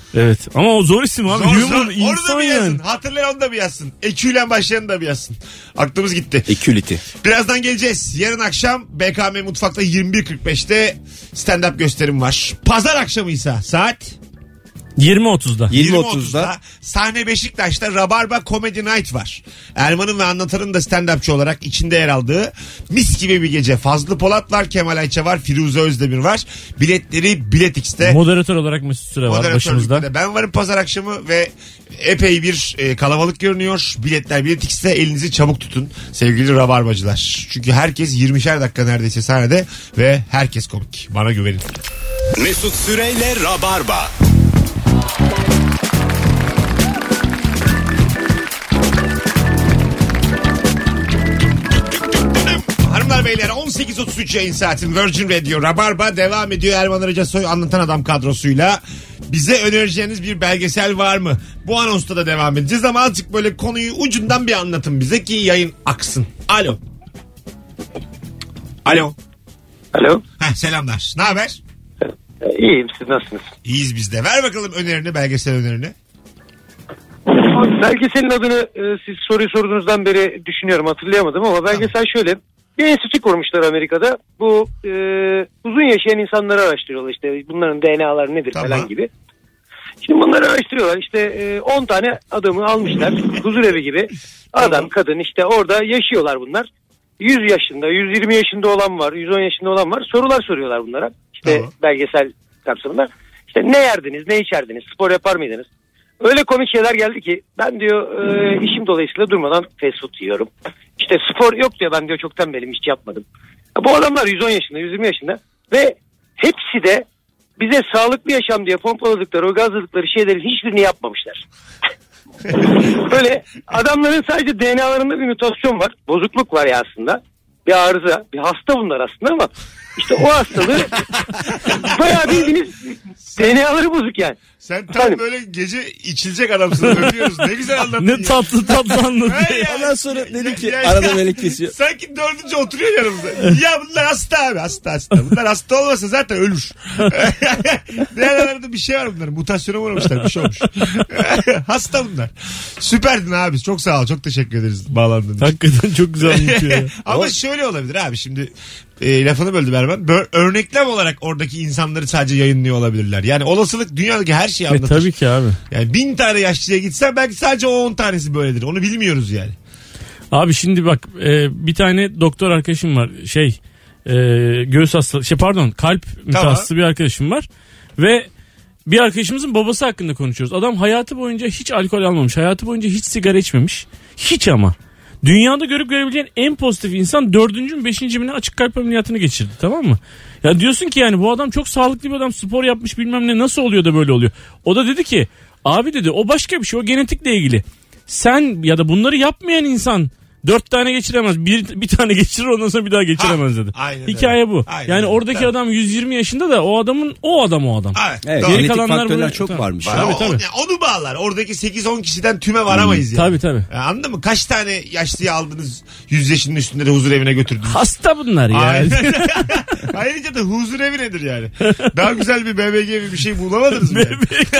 [SPEAKER 3] Evet ama o zor isim abi.
[SPEAKER 2] Zor,
[SPEAKER 3] Human
[SPEAKER 2] onu da
[SPEAKER 3] insan
[SPEAKER 2] bir yazın.
[SPEAKER 3] yani.
[SPEAKER 2] Hatırlayan onu da bir yazsın. Eküyle başlayanı da bir yazsın. Aklımız gitti.
[SPEAKER 4] Equality.
[SPEAKER 2] Birazdan geleceğiz. Yarın akşam BKM Mutfak'ta 21.45'te stand-up gösterim var. Pazar akşamıysa saat
[SPEAKER 3] 20.30'da.
[SPEAKER 2] 20.30'da sahne Beşiktaş'ta Rabarba Comedy Night var. Erman'ın ve Anlatan'ın da stand-upçı olarak içinde yer aldığı mis gibi bir gece. Fazlı Polat var, Kemal Ayça var, Firuze Özdemir var. Biletleri Bilet X'te.
[SPEAKER 3] Moderatör olarak Mesut Süre var başımızda.
[SPEAKER 2] Ben varım pazar akşamı ve epey bir kalabalık görünüyor. Biletler Bilet X'te, elinizi çabuk tutun sevgili Rabarbacılar. Çünkü herkes 20'şer dakika neredeyse sahnede ve herkes komik. Bana güvenin.
[SPEAKER 1] Mesut Süreyle Rabarba.
[SPEAKER 2] Hanımlar beyler 18.33 yayın saatin Virgin Radio Rabarba devam ediyor. Erman Arıca Soy Anlatan Adam kadrosuyla. Bize önereceğiniz bir belgesel var mı? Bu anonsta da devam edeceğiz ama azıcık böyle konuyu ucundan bir anlatın bize ki yayın aksın. Alo. Alo.
[SPEAKER 10] Alo.
[SPEAKER 2] Selamlar. Ne haber?
[SPEAKER 10] İyiyim, siz nasılsınız?
[SPEAKER 2] İyiyiz biz de. Ver bakalım önerini, belgesel önerini.
[SPEAKER 10] Belgeselin adını siz soruyu sorduğunuzdan beri düşünüyorum, hatırlayamadım ama belgesel şöyle. Bir enstitü kurmuşlar Amerika'da. Bu uzun yaşayan insanları araştırıyorlar. İşte bunların DNA'ları nedir falan gibi. Şimdi bunları araştırıyorlar. İşte 10 tane adamı almışlar. Huzur evi gibi. Adam, kadın işte orada yaşıyorlar bunlar. 100 yaşında, 120 yaşında olan var, 110 yaşında olan var. Sorular soruyorlar bunlara. İşte belgesel kapsamında. İşte ne yerdiniz, ne içerdiniz, spor yapar mıydınız? Öyle komik şeyler geldi ki ben diyor işim dolayısıyla durmadan fast food yiyorum. İşte spor yok diyor, ben diyor çok tembelim, hiç yapmadım. Bu adamlar 110 yaşında, 120 yaşında ve hepsi de bize sağlıklı yaşam diye pompaladıkları, o gazladıkları şeylerin hiçbirini yapmamışlar. Böyle adamların sadece DNA'larında bir mutasyon var, bozukluk var ya aslında. Bir arıza, bir hasta bunlar aslında ama işte o hastalığı bayağı bildiğiniz DNA'ları bozuk yani.
[SPEAKER 2] Sen tam böyle gece içilecek adamsın. Öpüyoruz. Ne güzel anlattın.
[SPEAKER 3] Ne tatlı anlatıyor.
[SPEAKER 4] Ondan sonra dedim ki arada melek kesiyor.
[SPEAKER 2] Sanki dördüncü oturuyor yanımızda. Ya bunlar hasta abi, hasta. Bunlar hasta olmasa zaten ölür. Değerlerinde bir şey var bunların. Mutasyona uğramışlar, bir şey olmuş. Hasta bunlar. Süperdin abi. Çok sağ ol. Çok teşekkür ederiz bağlandığın için.
[SPEAKER 3] Hakikaten çok güzel anlatıyor.
[SPEAKER 2] Ama şöyle olabilir abi şimdi lafını böldüm Erman. Örneklem olarak oradaki insanları sadece yayınlıyor olabilirler. Yani olasılık dünyadaki her şeyi anlatır.
[SPEAKER 3] Tabii ki abi.
[SPEAKER 2] Yani 1000 tane yaşlıya gitsen belki sadece o 10 tanesi böyledir. Onu bilmiyoruz yani.
[SPEAKER 3] Abi şimdi bak bir tane doktor arkadaşım var. Göğüs hastalığı kalp mütehassısı bir arkadaşım var. Ve bir arkadaşımızın babası hakkında konuşuyoruz. Adam hayatı boyunca hiç alkol almamış. Hayatı boyunca hiç sigara içmemiş. Hiç ama. Dünyada görüp görebileceğin en pozitif insan 4. mü 5. mi açık kalp ameliyatını geçirdi, tamam mı? Ya diyorsun ki yani bu adam çok sağlıklı bir adam, spor yapmış, bilmem ne, nasıl oluyor da böyle oluyor. O da dedi ki abi dedi o başka bir şey, o genetikle ilgili. Sen ya da bunları yapmayan insan 4 tane geçiremez. Bir tane geçirir, ondan sonra bir daha geçiremez dedi. Hikaye bu.
[SPEAKER 2] Aynen
[SPEAKER 3] yani oradaki adam 120 yaşında da o adam.
[SPEAKER 4] Evet, genetik faktörler çok varmış.
[SPEAKER 3] Tabii.
[SPEAKER 2] Onu bağlar. Oradaki 8-10 kişiden tüme varamayız yani.
[SPEAKER 3] Tabii.
[SPEAKER 2] Anladın mı? Kaç tane yaşlıyı aldınız 100 yaşının üstünde de huzur evine götürdünüz?
[SPEAKER 3] Hasta bunlar ya.
[SPEAKER 2] Ayrıca da huzur evi nedir yani? Daha güzel bir BBG gibi bir şey bulamadınız mı?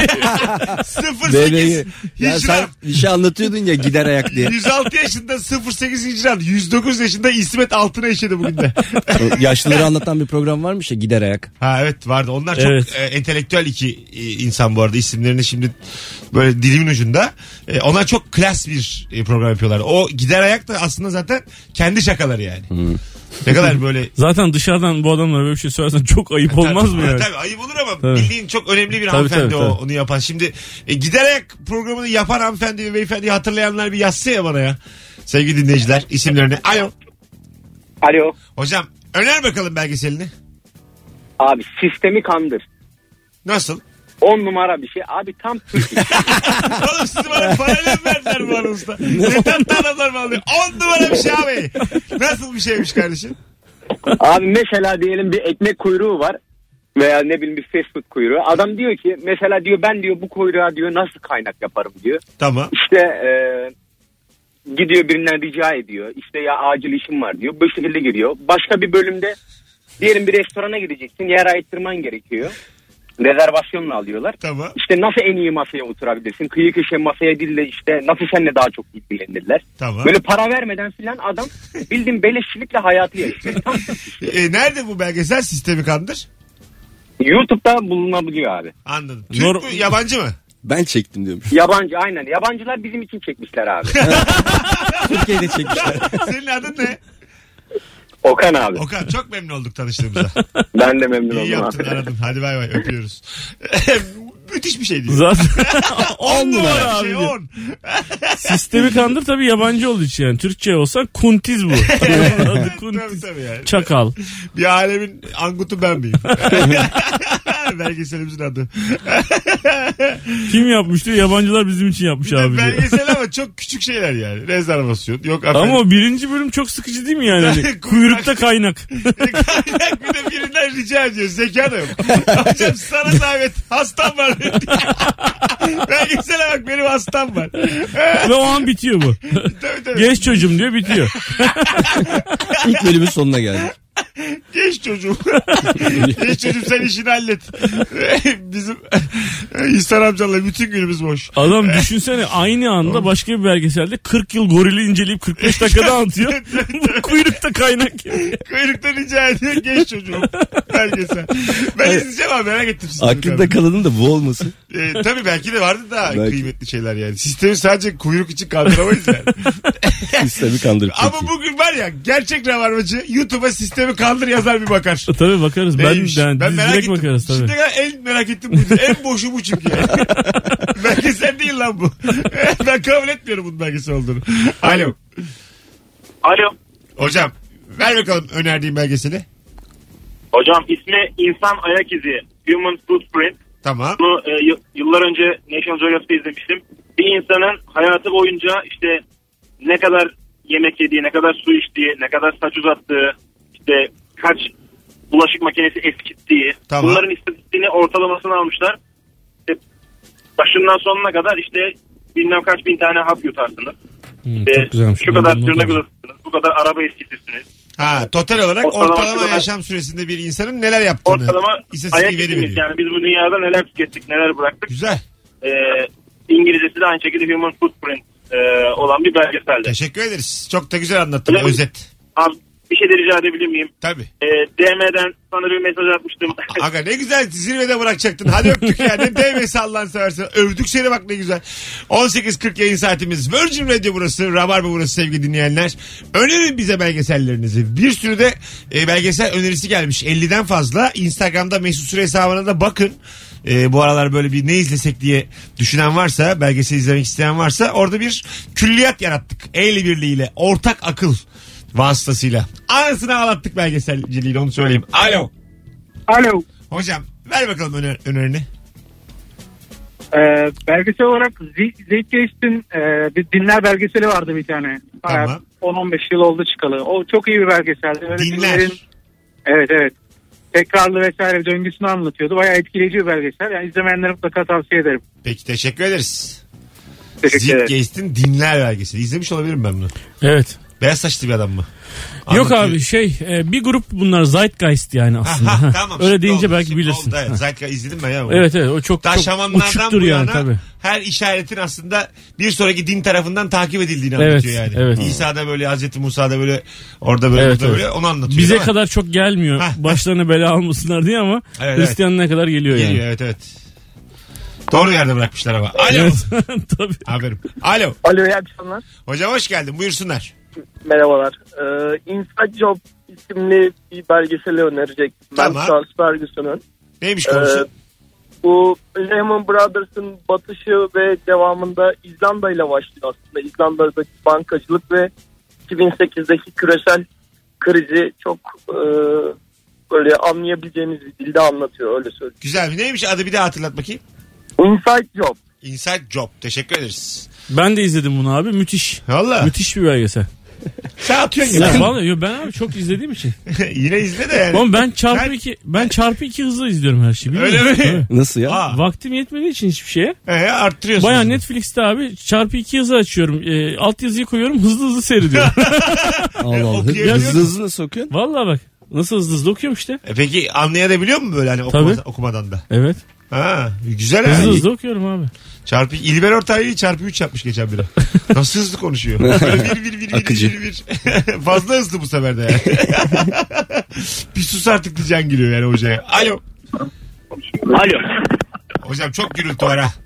[SPEAKER 2] 08
[SPEAKER 4] ya sen bir şey anlatıyordun ya gider ayak diye.
[SPEAKER 2] 106 yaşında 08 hicran, 109 yaşında İsmet Altın'a işedi bugün de.
[SPEAKER 4] Yaşlıları anlatan bir program varmış ya, gider ayak.
[SPEAKER 2] Ha evet vardı. Onlar çok entelektüel iki insan bu arada. İsimlerini şimdi böyle dilimin ucunda. Onlar çok klas bir program yapıyorlar. O gider ayak da aslında zaten kendi şakaları yani. Ne kadar böyle.
[SPEAKER 3] Zaten dışarıdan bu adamlara böyle bir şey söylersen çok ayıp olmaz mı yani?
[SPEAKER 2] Tabii ayıp olur ama bildiğin çok önemli bir hanımefendi onu yapan. Şimdi gider ayak programını yapan hanımefendi ve beyefendiyi hatırlayanlar bir yazsa ya bana ya. Sevgili dinleyiciler, isimlerini.
[SPEAKER 11] Alo.
[SPEAKER 2] Hocam öner bakalım belgeselini.
[SPEAKER 11] Abi sistemi kandır.
[SPEAKER 2] Nasıl?
[SPEAKER 11] 10 numara bir şey. Abi tam Türk işi.
[SPEAKER 2] Oğlum siz bana paralel verdiler bu anonsta. Ne tatlı adamlar mı alıyor? 10 numara bir şey abi. Nasıl bir şeymiş kardeşim?
[SPEAKER 11] Abi mesela diyelim bir ekmek kuyruğu var. Veya ne bileyim bir fast food kuyruğu. Adam diyor ki mesela diyor ben diyor bu kuyruğa diyor nasıl kaynak yaparım diyor.
[SPEAKER 2] Tamam.
[SPEAKER 11] İşte gidiyor birinden rica ediyor. İşte ya acil işim var diyor. Bu şekilde giriyor. Başka bir bölümde diyelim bir restorana gideceksin. Yer ayırtırman gerekiyor. rezervasyonla alıyorlar.
[SPEAKER 2] Tamam.
[SPEAKER 11] İşte nasıl en iyi masaya oturabilirsin? Kıyı köşe masaya değil de işte nasıl seninle daha çok ilgilenirler.
[SPEAKER 2] Tamam.
[SPEAKER 11] Böyle para vermeden filan adam bildiğin beleşçilikle hayatı yaşıyor.
[SPEAKER 2] Nerede bu belgesel? Sistemi Kandır?
[SPEAKER 11] YouTube'da bulunabiliyor abi.
[SPEAKER 2] Anladım. Türk mü, yabancı mı?
[SPEAKER 4] Ben çektim diyormuş.
[SPEAKER 11] Yabancı aynen. Yabancılar bizim için çekmişler abi.
[SPEAKER 4] Türkiye'de çekmişler.
[SPEAKER 2] Senin adın ne?
[SPEAKER 11] Okan abi.
[SPEAKER 2] Okan, çok memnun olduk tanıştığımıza.
[SPEAKER 11] Ben de memnun
[SPEAKER 2] İyi
[SPEAKER 11] oldum
[SPEAKER 2] yaptın,
[SPEAKER 11] abi.
[SPEAKER 2] aradın. Hadi bay bay, öpüyoruz. Müthiş bir şey diyor.
[SPEAKER 3] Zaten
[SPEAKER 2] 10 numara
[SPEAKER 3] abi
[SPEAKER 2] şey,
[SPEAKER 3] diyor.
[SPEAKER 2] 10.
[SPEAKER 3] Sistemi Kandır tabii yabancı olduğu için yani. Türkçe olsa kuntiz bu. Adı kuntiz.
[SPEAKER 2] Tabii yani.
[SPEAKER 3] Çakal.
[SPEAKER 2] Bir alemin angutu ben miyim? Belgeselimizin adı.
[SPEAKER 3] Kim yapmıştı? Yabancılar bizim için yapmış abi diyor.
[SPEAKER 2] Belgesel ama çok küçük şeyler yani. Rezervasyon. Yok efendim.
[SPEAKER 3] Ama o birinci bölüm çok sıkıcı değil mi yani? Hani kuyrukta kaynak.
[SPEAKER 2] Kaynak, bir de birinden rica ediyor. Zeka da yok. Hocam sana zahmet. Hastam var. Belgesele bak, benim hastam var.
[SPEAKER 3] Ve o an bitiyor bu.
[SPEAKER 2] Tabii.
[SPEAKER 3] Geç çocuğum diyor, bitiyor.
[SPEAKER 4] İlk bölümün sonuna geldik.
[SPEAKER 2] Geç çocuğum. Geç çocuğum, sen işini hallet. Bizim İhsan amcanla bütün günümüz boş.
[SPEAKER 3] Adam düşünsene aynı anda başka bir belgeselde 40 yıl gorili inceleyip 45 dakikada anlatıyor. Kuyrukta kaynak.
[SPEAKER 2] Kuyrukta rica ediyor. Geç çocuğum. Belgesel. Ben izleyeceğim abi, merak ettim.
[SPEAKER 4] Aklımda kalanın da bu olması.
[SPEAKER 2] Tabii belki de vardı da
[SPEAKER 4] belki.
[SPEAKER 2] kıymetli şeyler yani. Sistemi sadece kuyruk için kaldıramayız yani.
[SPEAKER 4] Sistemi kandırıp
[SPEAKER 2] Ama bugün var ya, gerçek Rabarbacı YouTube'a sistemi kaldır yazar, bir bakar.
[SPEAKER 3] Tabii bakarız.
[SPEAKER 2] Neymiş?
[SPEAKER 3] Ben
[SPEAKER 2] merak
[SPEAKER 3] direkt
[SPEAKER 2] ettim.
[SPEAKER 3] bakarız tabii.
[SPEAKER 2] Şimdi en merak ettim buydu. En boşu bu çünkü yani. Belgesel değil lan bu. Ben kabul etmiyorum bunun belgesel olduğunu. Alo.
[SPEAKER 6] Alo.
[SPEAKER 2] Hocam ver bakalım önerdiğin belgeseli.
[SPEAKER 6] Hocam ismi İnsan Ayak İzi. Human Footprint.
[SPEAKER 2] Tamam.
[SPEAKER 6] Bunu yıllar önce National Geographic'te izlemiştim. Bir insanın hayatı boyunca işte ne kadar yemek yediği, ne kadar su içtiği, ne kadar saç uzattığı, işte kaç bulaşık makinesi eskittiği,
[SPEAKER 2] tamam.
[SPEAKER 6] Bunların istatistiğini, ortalamasını almışlar. İşte başından sonuna kadar işte bilmem kaç bin tane hap yutarsınız.
[SPEAKER 3] Çok güzelmiş.
[SPEAKER 6] Şu kadar tırnak uzatırsınız, bu kadar araba eskitirsiniz.
[SPEAKER 2] Total olarak ortalama yaşam süresinde bir insanın neler yaptığını,
[SPEAKER 6] ortalama ayak
[SPEAKER 2] veri
[SPEAKER 6] izimiz yani, biz bu dünyada neler tükettik, neler bıraktık.
[SPEAKER 2] Güzel.
[SPEAKER 6] İngilizcesi de aynı şekilde Human Footprint olan bir belgeseldi.
[SPEAKER 2] Teşekkür ederiz. Çok da güzel anlattın. Özet.
[SPEAKER 6] Abi bir şey de rica edebilir miyim?
[SPEAKER 2] Tabii.
[SPEAKER 6] DM'den sana bir mesaj atmıştım.
[SPEAKER 2] Aga ne güzel, zirvede bırakacaktın. Hadi öptük ya. Ne DM'si Allah'ını seversen. Övdük seni bak, ne güzel. 18.40 yayın saatimiz. Virgin Radio burası. Rabarba burası sevgili dinleyenler. Önerin bize belgesellerinizi. Bir sürü de belgesel önerisi gelmiş. 50'den fazla. Instagram'da Mesut Süre hesabına da bakın. Bu aralar böyle bir ne izlesek diye düşünen varsa, belgesel izlemek isteyen varsa, orada bir külliyat yarattık. El birliğiyle, ortak akıl vasıtasıyla. Anasını ağlattık belgeselciliğiyle, onu söyleyeyim. Alo.
[SPEAKER 5] Alo.
[SPEAKER 2] Hocam ver bakalım önerini.
[SPEAKER 5] Belgesel olarak Zeitgeist'in bir dinler belgeseli vardı bir tane.
[SPEAKER 2] Tamam.
[SPEAKER 5] 10-15 yıl oldu çıkalı. O çok iyi bir belgeseldi. Öyle
[SPEAKER 2] Dinler.
[SPEAKER 5] Evet. Tekrarlı vesaire döngüsünü anlatıyordu. Bayağı etkileyici bir belgesel. Yani izlemeyenlere mutlaka tavsiye ederim.
[SPEAKER 2] Peki, teşekkür ederiz.
[SPEAKER 5] Teşekkür ederim.
[SPEAKER 2] Zeitgeist'in dinler belgeseli. İzlemiş olabilirim ben bunu.
[SPEAKER 3] Evet.
[SPEAKER 2] Beyaz saçlı bir adam mı?
[SPEAKER 3] Yok abi bir grup bunlar, Zeitgeist yani aslında.
[SPEAKER 2] Aha, tamam,
[SPEAKER 3] öyle deyince
[SPEAKER 2] oldu,
[SPEAKER 3] belki bilirsin.
[SPEAKER 2] Evet, Zeitgeist izledim ben ya.
[SPEAKER 3] Evet o çok uçuktur yani tabii.
[SPEAKER 2] Her işaretin aslında bir sonraki din tarafından takip edildiğini anlatıyor yani.
[SPEAKER 3] Evet.
[SPEAKER 2] İsa'da böyle, Hazreti Musa'da böyle, orada böyle, burada böyle, onu anlatıyor.
[SPEAKER 3] Bize kadar çok gelmiyor. Başlarına bela almasınlar diye ama Hristiyanlığa kadar geliyor yani.
[SPEAKER 2] Evet. Doğru yerde bırakmışlar ama. Alo.
[SPEAKER 3] Evet. Tabii.
[SPEAKER 2] Aferin. Alo.
[SPEAKER 12] Alo, iyi akşamlar.
[SPEAKER 2] Hocam hoş geldin, buyursunlar.
[SPEAKER 12] Merhabalar. Inside Job isimli bir belgeseli önerecek.
[SPEAKER 2] Tamam.
[SPEAKER 12] Ben Charles Ferguson'un.
[SPEAKER 2] Neymiş konusu?
[SPEAKER 12] Bu Lehman Brothers'ın batışı ve devamında İzlanda ile başlıyor aslında. İzlanda'daki bankacılık ve 2008'deki küresel krizi çok böyle anlayabileceğimiz bir dilde anlatıyor, öyle söyleyeyim.
[SPEAKER 2] Güzel. Neymiş adı, bir daha hatırlat bakayım.
[SPEAKER 12] Inside Job.
[SPEAKER 2] Inside Job. Teşekkür ederiz.
[SPEAKER 3] Ben de izledim bunu abi. Müthiş.
[SPEAKER 2] Valla.
[SPEAKER 3] Müthiş bir belgesel.
[SPEAKER 2] Sen atıyorsun
[SPEAKER 3] ya. Vallahi ben abi çok izlediğim için.
[SPEAKER 2] Yine izle de yani.
[SPEAKER 3] Oğlum ben çarpı 2 hızla izliyorum her şeyi.
[SPEAKER 2] Öyle mi?
[SPEAKER 3] Evet.
[SPEAKER 4] Nasıl ya?
[SPEAKER 3] Vaktim yetmediği için hiçbir şeye.
[SPEAKER 2] Arttırıyorsun.
[SPEAKER 3] Baya Netflix'te abi çarpı 2 hızla açıyorum. Altyazıyı koyuyorum, hızlı seyrediyorum.
[SPEAKER 4] Allah Allah. Hızlı nasıl okuyorsun?
[SPEAKER 3] Vallahi bak. Nasıl hızlı okuyorum işte.
[SPEAKER 2] Peki anlayabiliyor mu böyle hani okumadan da?
[SPEAKER 3] Evet.
[SPEAKER 2] Ha, güzel ha.
[SPEAKER 3] Hızlı okuyorum abi.
[SPEAKER 2] Çarpı İlber Ortaylı'yı çarpı 3 yapmış geçen biri. Nasıl hızlı konuşuyor? Böyle bir. Fazla hızlı bu sefer de yani. Bir sus artık diyeceksin giriyor yani hocaya. Alo. Hocam çok gürültü var ha.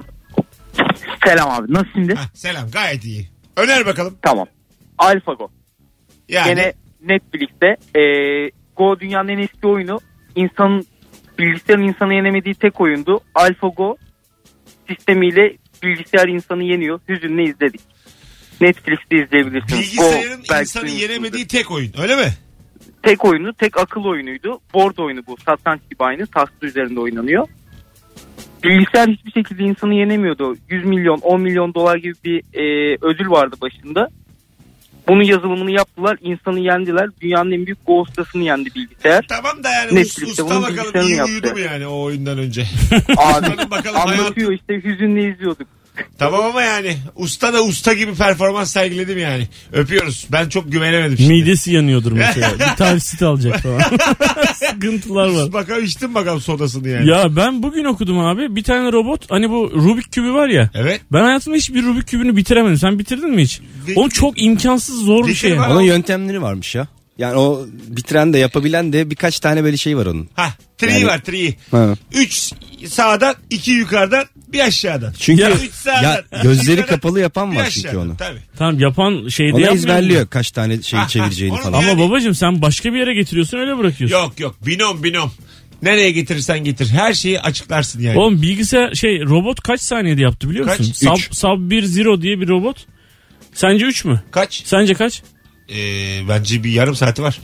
[SPEAKER 13] Selam abi. Nasıl şimdi?
[SPEAKER 2] Selam, gayet iyi. Öner bakalım.
[SPEAKER 13] Tamam. AlphaGo.
[SPEAKER 2] Yani.
[SPEAKER 13] Gene Netflix'te. Go dünyanın en eski oyunu. Bilgisayarın insanı yenemediği tek oyundu. AlphaGo sistemiyle bilgisayar insanı yeniyor. Hüzünle izledik. Netflix'te izleyebilirsiniz.
[SPEAKER 2] Bilgisayarın insanı yenemediği tek oyun, öyle mi?
[SPEAKER 13] Tek oyunu, tek akıl oyunuydu. Board oyunu bu. Satranç gibi aynı. Tahta üzerinde oynanıyor. Bilgisayar hiçbir şekilde insanı yenemiyordu. 100 milyon, 10 milyon dolar gibi bir ödül vardı başında. Bunun yazılımını yaptılar. İnsanı yendiler. Dünyanın en büyük Go ustasını yendi bilgisayar.
[SPEAKER 2] Tamam da yani usta bakalım iyi uyudu mu yani o oyundan önce?
[SPEAKER 13] Abi
[SPEAKER 2] bakalım
[SPEAKER 13] anlatıyor işte, hüzünle izliyorduk.
[SPEAKER 2] Tamam ama yani usta da usta gibi performans sergiledim yani. Öpüyoruz. Ben çok güvenemedim şimdi.
[SPEAKER 3] Midesi yanıyordur mesela. Bir tavsit alacak falan. Sıkıntılar var.
[SPEAKER 2] Bakalım içtim bakalım sodasını yani.
[SPEAKER 3] Ya ben bugün okudum abi. Bir tane robot, hani bu Rubik kübü var ya.
[SPEAKER 2] Evet.
[SPEAKER 3] Ben hayatımda hiçbir Rubik kübünü bitiremedim. Sen bitirdin mi hiç? Oğlum çok imkansız zor bir şey.
[SPEAKER 4] Onun yöntemleri varmış ya. Yani o bitiren de yapabilen de birkaç tane böyle şey var onun.
[SPEAKER 2] Tree var tree. 3 sağdan 2 yukarıdan bir aşağıdan.
[SPEAKER 4] Çünkü
[SPEAKER 2] ya, 3 sağdan,
[SPEAKER 4] gözleri kapalı yapan var çünkü onu.
[SPEAKER 2] Tabii.
[SPEAKER 3] Tamam, yapan şeyde
[SPEAKER 4] ona
[SPEAKER 3] yapmıyor
[SPEAKER 4] ezberliyor
[SPEAKER 3] mu?
[SPEAKER 4] Kaç tane şeyi çevireceğini falan.
[SPEAKER 3] Ama babacığım sen başka bir yere getiriyorsun, öyle bırakıyorsun.
[SPEAKER 2] Yok binom. Nereye getirirsen getir. Her şeyi açıklarsın yani.
[SPEAKER 3] Oğlum bilgisayar robot kaç saniyede yaptı biliyor musun? Sub 1 Zero diye bir robot. Sence 3 mü?
[SPEAKER 2] Kaç?
[SPEAKER 3] Sence kaç?
[SPEAKER 2] Bence bir yarım saati var.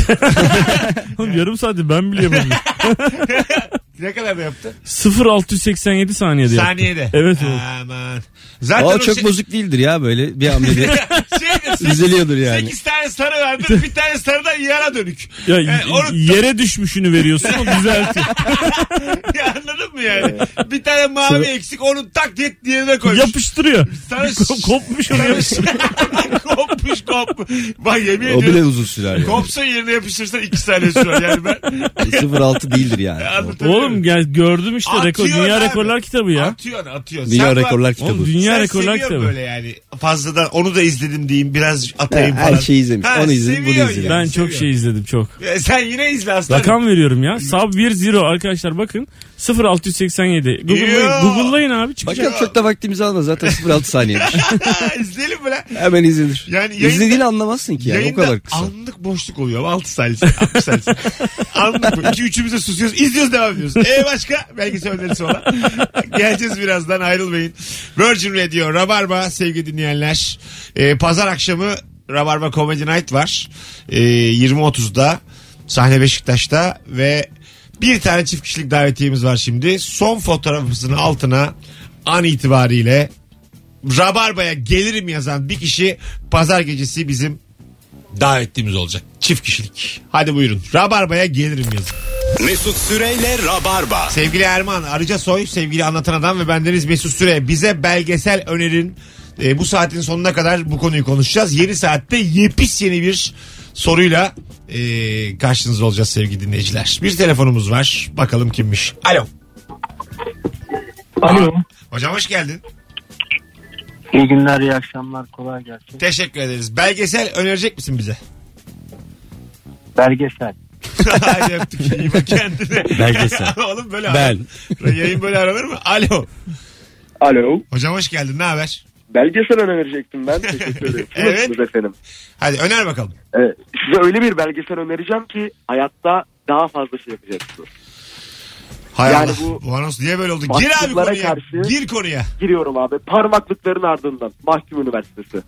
[SPEAKER 3] Oğlum yarım saati ben bile yapamadım.
[SPEAKER 2] Ne kadar da yaptı?
[SPEAKER 3] 0,687 saniyede yaptı.
[SPEAKER 2] Saniyede.
[SPEAKER 3] Evet.
[SPEAKER 2] Aman. Zaten
[SPEAKER 4] o çok bozuk değildir ya, böyle bir hamlede. Düzeliyordur yani.
[SPEAKER 2] 8 tane sarı vardır, bir tane sarıdan yana dönük.
[SPEAKER 3] Ya yere düşmüşünü veriyorsun, o düzeltiyor.
[SPEAKER 2] Ya anladın mı yani? Bir tane mavi eksik, onu tak diye de koymuş.
[SPEAKER 3] Yapıştırıyor.
[SPEAKER 2] Kopmuş onu yapıştırıyor. Kopmuş. Bak yemin ediyorum.
[SPEAKER 4] O bile uzun sürer yani.
[SPEAKER 2] Kopsa yerine yapıştırsan 2 saniye sürer yani ben.
[SPEAKER 4] 0,6 değildir yani.
[SPEAKER 3] Oğlum gördüm işte, Dünya Rekorlar kitabı ya.
[SPEAKER 2] Atıyor.
[SPEAKER 4] Dünya Rekorlar kitabı.
[SPEAKER 3] Oğlum, Dünya Rekorlar kitabı.
[SPEAKER 2] Böyle yani. Fazladan onu da izledim diyeyim, biraz atayım falan.
[SPEAKER 4] Her şeyi izlemiş. Onu izledim, bunu izledim.
[SPEAKER 3] Ben çok şey izledim çok.
[SPEAKER 2] Sen yine izle aslanım.
[SPEAKER 3] Rakam veriyorum ya. Sub 1 Zero arkadaşlar, bakın. 0,687. Google'layın abi, çıkacak.
[SPEAKER 4] Bakalım, çok da vaktimizi alma zaten 0,6 saniyeymiş.
[SPEAKER 2] İzleyelim mi lan?
[SPEAKER 4] Hemen izlenir.
[SPEAKER 2] Yani
[SPEAKER 4] İzlediğini anlamazsın ki yani, o kadar kısa.
[SPEAKER 2] Anlık boşluk oluyor. 6 saniyesi. 60 saniyesi. Anlık. Üçümüz de susuyoruz. İzliyoruz, devam ediyoruz. Başka? Belgesel önerisi olan. Geleceğiz birazdan, ayrılmayın. Virgin Radio, Rabarba sevgili dinleyenler. Pazar akşamı Rabarba Comedy Night var. 20.30'da sahne Beşiktaş'ta ve bir tane çift kişilik davetiyemiz var şimdi. Son fotoğrafımızın altına an itibariyle Rabarba'ya gelirim yazan bir kişi pazar gecesi bizim davetlimiz olacak. Çift kişilik. Hadi buyurun. Rabarba'ya gelirim yazın.
[SPEAKER 1] Mesut Süreyle Rabarba.
[SPEAKER 2] Sevgili Erman Arıca Soy, sevgili Anlatan Adam ve bendeniz Mesut Süre. Bize belgesel önerin. Bu saatin sonuna kadar bu konuyu konuşacağız. Yeni saatte yepyeni bir soruyla karşınızda olacağız sevgili dinleyiciler. Bir telefonumuz var. Bakalım kimmiş. Alo.
[SPEAKER 14] Alo.
[SPEAKER 2] Hocam hoş geldin.
[SPEAKER 14] İyi günler, iyi akşamlar, kolay gelsin.
[SPEAKER 2] Teşekkür ederiz. Belgesel önerecek misin bize?
[SPEAKER 14] Belgesel.
[SPEAKER 2] Hadi öptük. İyi bak kendine.
[SPEAKER 4] Belgesel.
[SPEAKER 2] Oğlum böyle yayın böyle aranır mı? Alo.
[SPEAKER 15] Alo.
[SPEAKER 2] Hocam hoş geldin. Ne haber?
[SPEAKER 15] Belgesel önerecektim ben. Teşekkür ederim.
[SPEAKER 2] Evet.
[SPEAKER 15] Efendim.
[SPEAKER 2] Hadi öner bakalım.
[SPEAKER 15] Size öyle bir belgesel önereceğim ki hayatta daha fazla şey yapacaksınız.
[SPEAKER 2] Hay yani Allah. Bu anons niye böyle oldu? Gir abi konuya. Gir konuya.
[SPEAKER 15] Giriyorum abi. Parmaklıkların ardından. Mahkum Üniversitesi.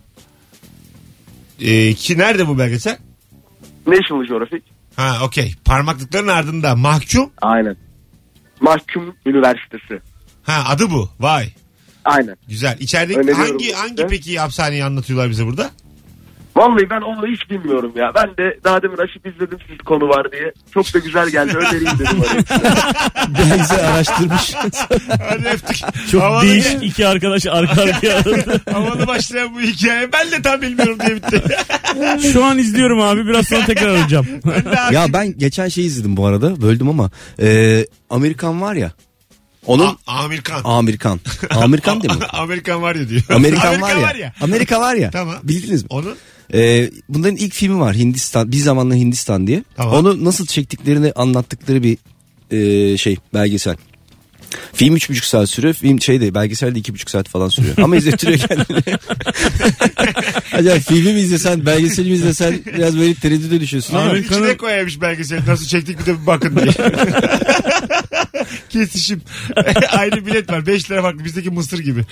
[SPEAKER 2] Ki nerede bu belgesel?
[SPEAKER 15] National Geographic.
[SPEAKER 2] Ha okey. Parmaklıkların ardında. Mahkum?
[SPEAKER 15] Aynen. Mahkum Üniversitesi.
[SPEAKER 2] Ha adı bu. Vay.
[SPEAKER 15] Aynen.
[SPEAKER 2] Güzel. İçerideki hangi peki hapishaneyi anlatıyorlar bize burada?
[SPEAKER 15] Vallahi ben onu hiç bilmiyorum ya. Ben de daha demin açıp izledim siz konu var diye. Çok da güzel geldi. Önereyim dedim.
[SPEAKER 4] Belgesel araştırmış.
[SPEAKER 2] Hadi öptük.
[SPEAKER 3] Çok
[SPEAKER 2] Havalı
[SPEAKER 3] değişik iki arkadaş arka arkaya aradı.
[SPEAKER 2] Havalı başlayan bu hikaye. Ben de tam bilmiyorum diye bitti.
[SPEAKER 3] Şu an izliyorum abi. Biraz sonra tekrar arayacağım.
[SPEAKER 4] Ya ben geçen şey izledim bu arada. Böldüm ama. Amerikan var ya. Onun
[SPEAKER 2] Amerikan.
[SPEAKER 4] Amerikan değil mi?
[SPEAKER 2] Amerikan var ya diyor.
[SPEAKER 4] Amerikan var ya. Amerika var ya.
[SPEAKER 2] Tamam.
[SPEAKER 4] Bildiniz mi?
[SPEAKER 2] Onun?
[SPEAKER 4] Bunların ilk filmi var Hindistan. Bir zamanla Hindistan diye.
[SPEAKER 2] Tamam.
[SPEAKER 4] Onu nasıl çektiklerini anlattıkları bir belgesel. Film 3,5 saat sürüyor. Film belgesel de 2,5 saat falan sürüyor. Ama izletiyor kendini. Acaba filmi mi izlesen, belgeseli mi izlesen biraz böyle tereddüte düşüyorsun.
[SPEAKER 2] Ama içine koyaymış belgeseli. Nasıl çektik bir de bir bakın diye. Kesişim. Aynı bilet var. 5 lira farklı. Bizdeki mısır gibi.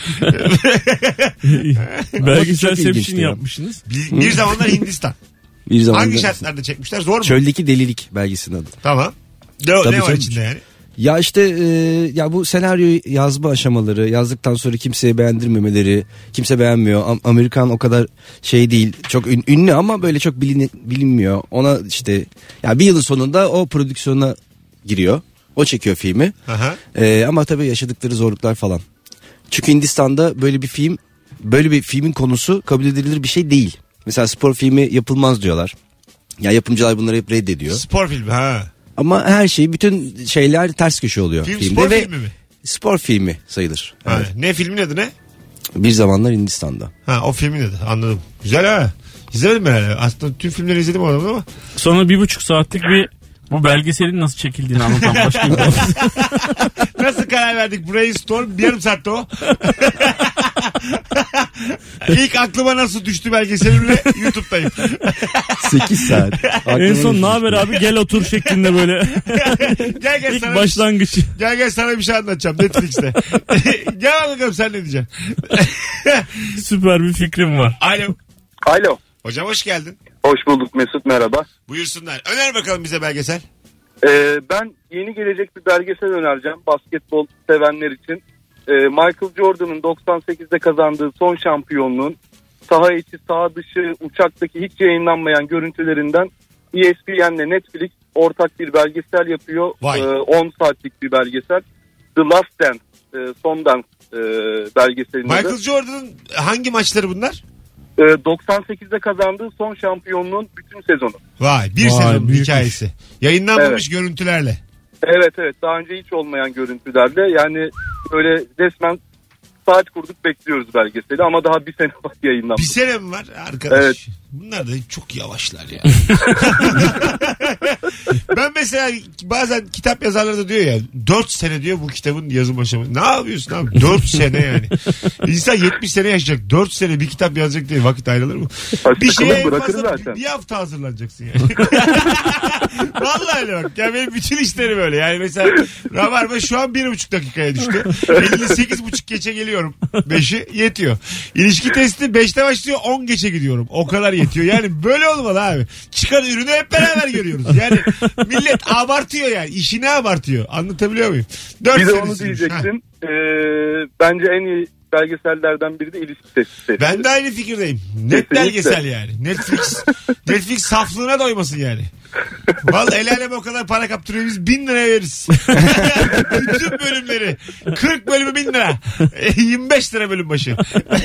[SPEAKER 3] Belgesel sepşin yapmışsınız.
[SPEAKER 2] Bir zamanlar Hindistan. Hangi şartlarda çekmişler? Zor mu?
[SPEAKER 4] Çöldeki Delilik belgeselinin adı.
[SPEAKER 2] Tamam. Ne var içinde yani?
[SPEAKER 4] Ya işte ya bu senaryo yazma aşamaları, yazdıktan sonra kimseye beğendirmemeleri, kimse beğenmiyor. Amerikan o kadar şey değil, çok ünlü ama böyle çok bilinmiyor. Ona işte ya bir yılın sonunda o prodüksiyona giriyor. O çekiyor filmi. Ama tabii yaşadıkları zorluklar falan. Çünkü Hindistan'da böyle bir filmin konusu kabul edilir bir şey değil. Mesela spor filmi yapılmaz diyorlar. Ya yapımcılar bunları hep reddediyor.
[SPEAKER 2] Spor filmi
[SPEAKER 4] Ama her şey, bütün şeyler ters köşe oluyor filmde.
[SPEAKER 2] Spor filmi mi?
[SPEAKER 4] Spor filmi sayılır.
[SPEAKER 2] Evet. Ne filmin adı ne?
[SPEAKER 4] Bir zamanlar Hindistan'da.
[SPEAKER 2] O filmin adı, anladım. Güzel ha. İzlemedim ben hala. Aslında tüm filmleri izledim o adamın ama.
[SPEAKER 3] Sonra 1,5 saatlik bu belgeselin nasıl çekildiğini anlatan başka bir konu.
[SPEAKER 2] Nasıl karar verdik? Brainstorm yarım saatte o. İlk aklıma nasıl düştü belgeselimle YouTube'dayım.
[SPEAKER 4] 8 saat.
[SPEAKER 3] En son ne haber abi, gel otur şeklinde böyle.
[SPEAKER 2] Gel
[SPEAKER 3] İlk
[SPEAKER 2] sana
[SPEAKER 3] başlangıç.
[SPEAKER 2] Gel sana bir şey anlatacağım Netflix'te. Gel bakalım sen ne diyeceksin.
[SPEAKER 3] Süper bir fikrim var.
[SPEAKER 7] Alo.
[SPEAKER 2] Hocam hoş geldin.
[SPEAKER 7] Hoş bulduk Mesut, merhaba.
[SPEAKER 2] Buyursunlar. Öner bakalım bize belgesel.
[SPEAKER 7] Ben yeni gelecek bir belgesel önereceğim basketbol sevenler için. Michael Jordan'ın 98'de kazandığı son şampiyonluğun saha içi saha dışı uçaktaki hiç yayınlanmayan görüntülerinden ESPN'le Netflix ortak bir belgesel yapıyor. 10 saatlik bir belgesel. The Last Dance, son dans belgeselinin adı.
[SPEAKER 2] Michael Jordan'ın hangi maçları bunlar?
[SPEAKER 7] 98'de kazandığı son şampiyonluğun bütün sezonu.
[SPEAKER 2] Bir sezonun hikayesi. Yayınlanmamış görüntülerle.
[SPEAKER 7] Evet daha önce hiç olmayan görüntülerle, yani böyle resmen saat kurduk bekliyoruz belgeseli ama daha bir sene var yayınlanmış.
[SPEAKER 2] Bir sene mi var arkadaş?
[SPEAKER 7] Evet.
[SPEAKER 2] Bunlar da çok yavaşlar ya. Ben mesela bazen kitap yazarları da diyor ya 4 sene diyor bu kitabın yazım aşaması. Ne yapıyorsun abi? 4 sene yani. İnsan 70 sene yaşayacak. 4 sene bir kitap yazacak diye vakit ayrılır mı? Bir şeye en fazla bir hafta hazırlanacaksın yani. Vallahi öyle bak. Ya benim bütün işlerim öyle. Yani mesela Rabarba şu an 1,5 dakikaya düştü. 58,5 geçe geliyorum. 5'i yetiyor. İlişki testi 5'te başlıyor, 10 geçe gidiyorum. O kadar yetiyor. Yani böyle olmalı abi. Çıkan ürünü hep beraber görüyoruz. Yani millet abartıyor yani. İşini abartıyor. Anlatabiliyor muyum?
[SPEAKER 7] Bir de onu diyecektim. Bence en iyi belgesellerden biri de ilişki testi.
[SPEAKER 2] Ben de aynı fikirdeyim. Net belgesel yani. Netflix saflığına doymasın yani. Vallahi el alem o kadar para kaptırıyor, biz 1.000 liraya veririz. Bütün bölümleri 40 bölümü 1.000 lira. 25 lira bölüm başı.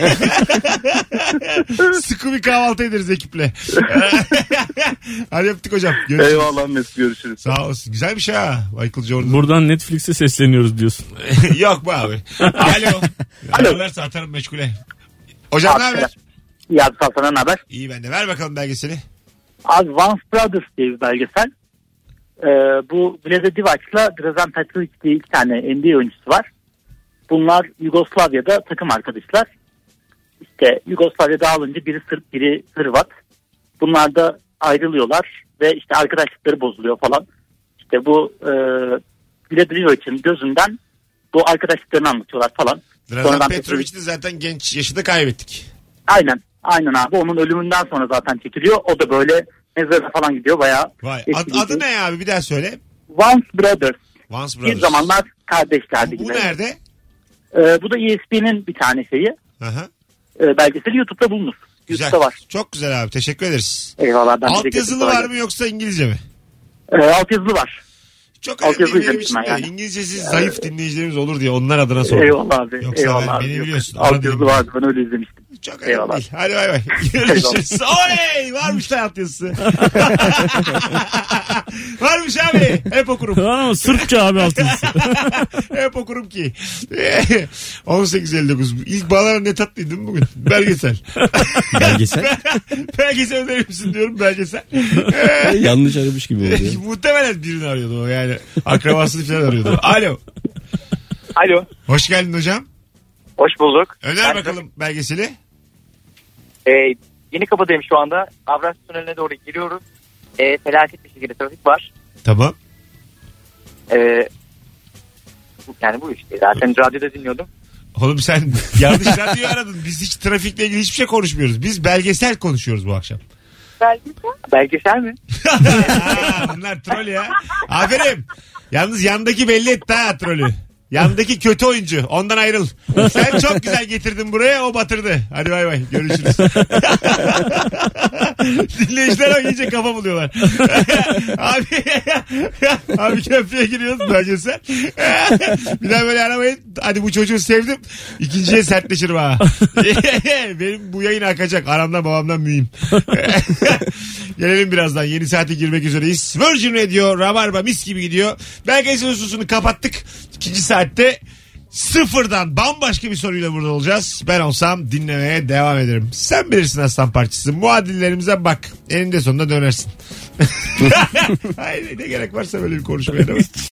[SPEAKER 2] Sıkı bir kahvaltı ederiz ekiple. Hadi öptük hocam. Görüşürüz.
[SPEAKER 7] Eyvallah Mesut, görüşürüz.
[SPEAKER 2] Sağ olsun. Güzelmiş ha Michael Jordan.
[SPEAKER 3] Buradan Netflix'e sesleniyoruz diyorsun.
[SPEAKER 2] Yok be abi. Alo. Ararlarsa atarım meşgule. Hocam ne haber?
[SPEAKER 16] İyi abi, sana ne haber?
[SPEAKER 2] İyi ben de. Ver bakalım belgeseli.
[SPEAKER 16] Abi Once Brothers diye bir belgesel. Bu Blaze Divac'la Drazen Petrovic diye 2 tane NBA oyuncusu var. Bunlar Yugoslavya'da takım arkadaşlar. İşte Yugoslavya dağılınca biri Sırp, biri Hırvat. Bunlar da ayrılıyorlar ve işte arkadaşlıkları bozuluyor falan. İşte bu Blaze Divac'in gözünden bu arkadaşlıklarını anlatıyorlar falan.
[SPEAKER 2] Drazen Petrovic'i zaten genç yaşında kaybettik.
[SPEAKER 16] Aynen abi, onun ölümünden sonra zaten çekiliyor. O da böyle mezara falan gidiyor bayağı.
[SPEAKER 2] Vay. Adı ne abi, bir daha söyle.
[SPEAKER 16] Once Brothers.
[SPEAKER 2] Once Brothers.
[SPEAKER 16] Bir zamanlar kardeşlerdi.
[SPEAKER 2] Bu nerede?
[SPEAKER 16] Bu da ESPN'in bir tane şeyi.
[SPEAKER 2] Aha.
[SPEAKER 16] Belgeseli YouTube'da bulunur.
[SPEAKER 2] YouTube'da var. Çok güzel abi. Teşekkür ederiz.
[SPEAKER 16] Eyvallah.
[SPEAKER 2] Altyazılı var mı yoksa İngilizce mi?
[SPEAKER 16] Altyazılı var.
[SPEAKER 2] Çok önemli için yani. İngilizcesi zayıf dinleyicilerimiz olur diye onlar adına sordum.
[SPEAKER 16] Eyvallah abi.
[SPEAKER 2] Yoksa
[SPEAKER 16] eyvallah
[SPEAKER 2] beni biliyorsun.
[SPEAKER 16] Altyazılı vardı, ben öyle izlemiştim.
[SPEAKER 2] Çok önemli değil. Hadi bay bay. Görüşürüz. Oley! Varmış da altyazısı. Varmış abi. Hep okurum.
[SPEAKER 3] Ama Sırpça abi altyazısı.
[SPEAKER 2] Hep okurum ki. 18.59. İlk bağlanan ne tatlıydı değil mi bugün? Belgesel.
[SPEAKER 4] Belgesel?
[SPEAKER 2] Belgesel önerir misin diyorum, belgesel.
[SPEAKER 4] Yanlış aramış gibi oluyor.
[SPEAKER 2] Muhtemelen birini arıyordu o yani. Akrabasını falan arıyordu. Alo.
[SPEAKER 17] Alo.
[SPEAKER 2] Hoş geldin hocam.
[SPEAKER 17] Hoş bulduk.
[SPEAKER 2] Öner bakalım belgeseli.
[SPEAKER 17] Yenikapı'dayım şu anda. Avrasya Tüneli'ne doğru giriyoruz. Felaket bir şekilde trafik var.
[SPEAKER 2] Tamam.
[SPEAKER 17] Yani bu işte. Zaten radyoda dinliyordum.
[SPEAKER 2] Oğlum sen yanlış radyoyu aradın. Biz hiç trafikle ilgili hiçbir şey konuşmuyoruz. Biz belgesel konuşuyoruz bu akşam.
[SPEAKER 17] Belgesel mi?
[SPEAKER 2] Bunlar troll ya. Aferin. Yalnız yandaki belli etti ha trolü. Yandaki kötü oyuncu. Ondan ayrıl. Sen çok güzel getirdin buraya, o batırdı. Hadi bay bay. Görüşürüz. Dinleyiciler iyice kafa buluyorlar. abi köprüye giriyoruz belgesel. Bir daha böyle aramayın. Hadi bu çocuğu sevdim. İkinciye sertleşirim ha. Benim bu yayın akacak. Aramdan babamdan mühim. Gelelim birazdan. Yeni saate girmek üzereyiz. Virgin Radio, Rabarba mis gibi gidiyor. Belgesel hususunu kapattık. İkinci saatte sıfırdan bambaşka bir soruyla burada olacağız. Ben olsam dinlemeye devam ederim. Sen bilirsin aslan parçası. Muadillerimize bak. Eninde sonunda dönersin. Hayır, ne gerek varsa böyle bir konuşmaya devam.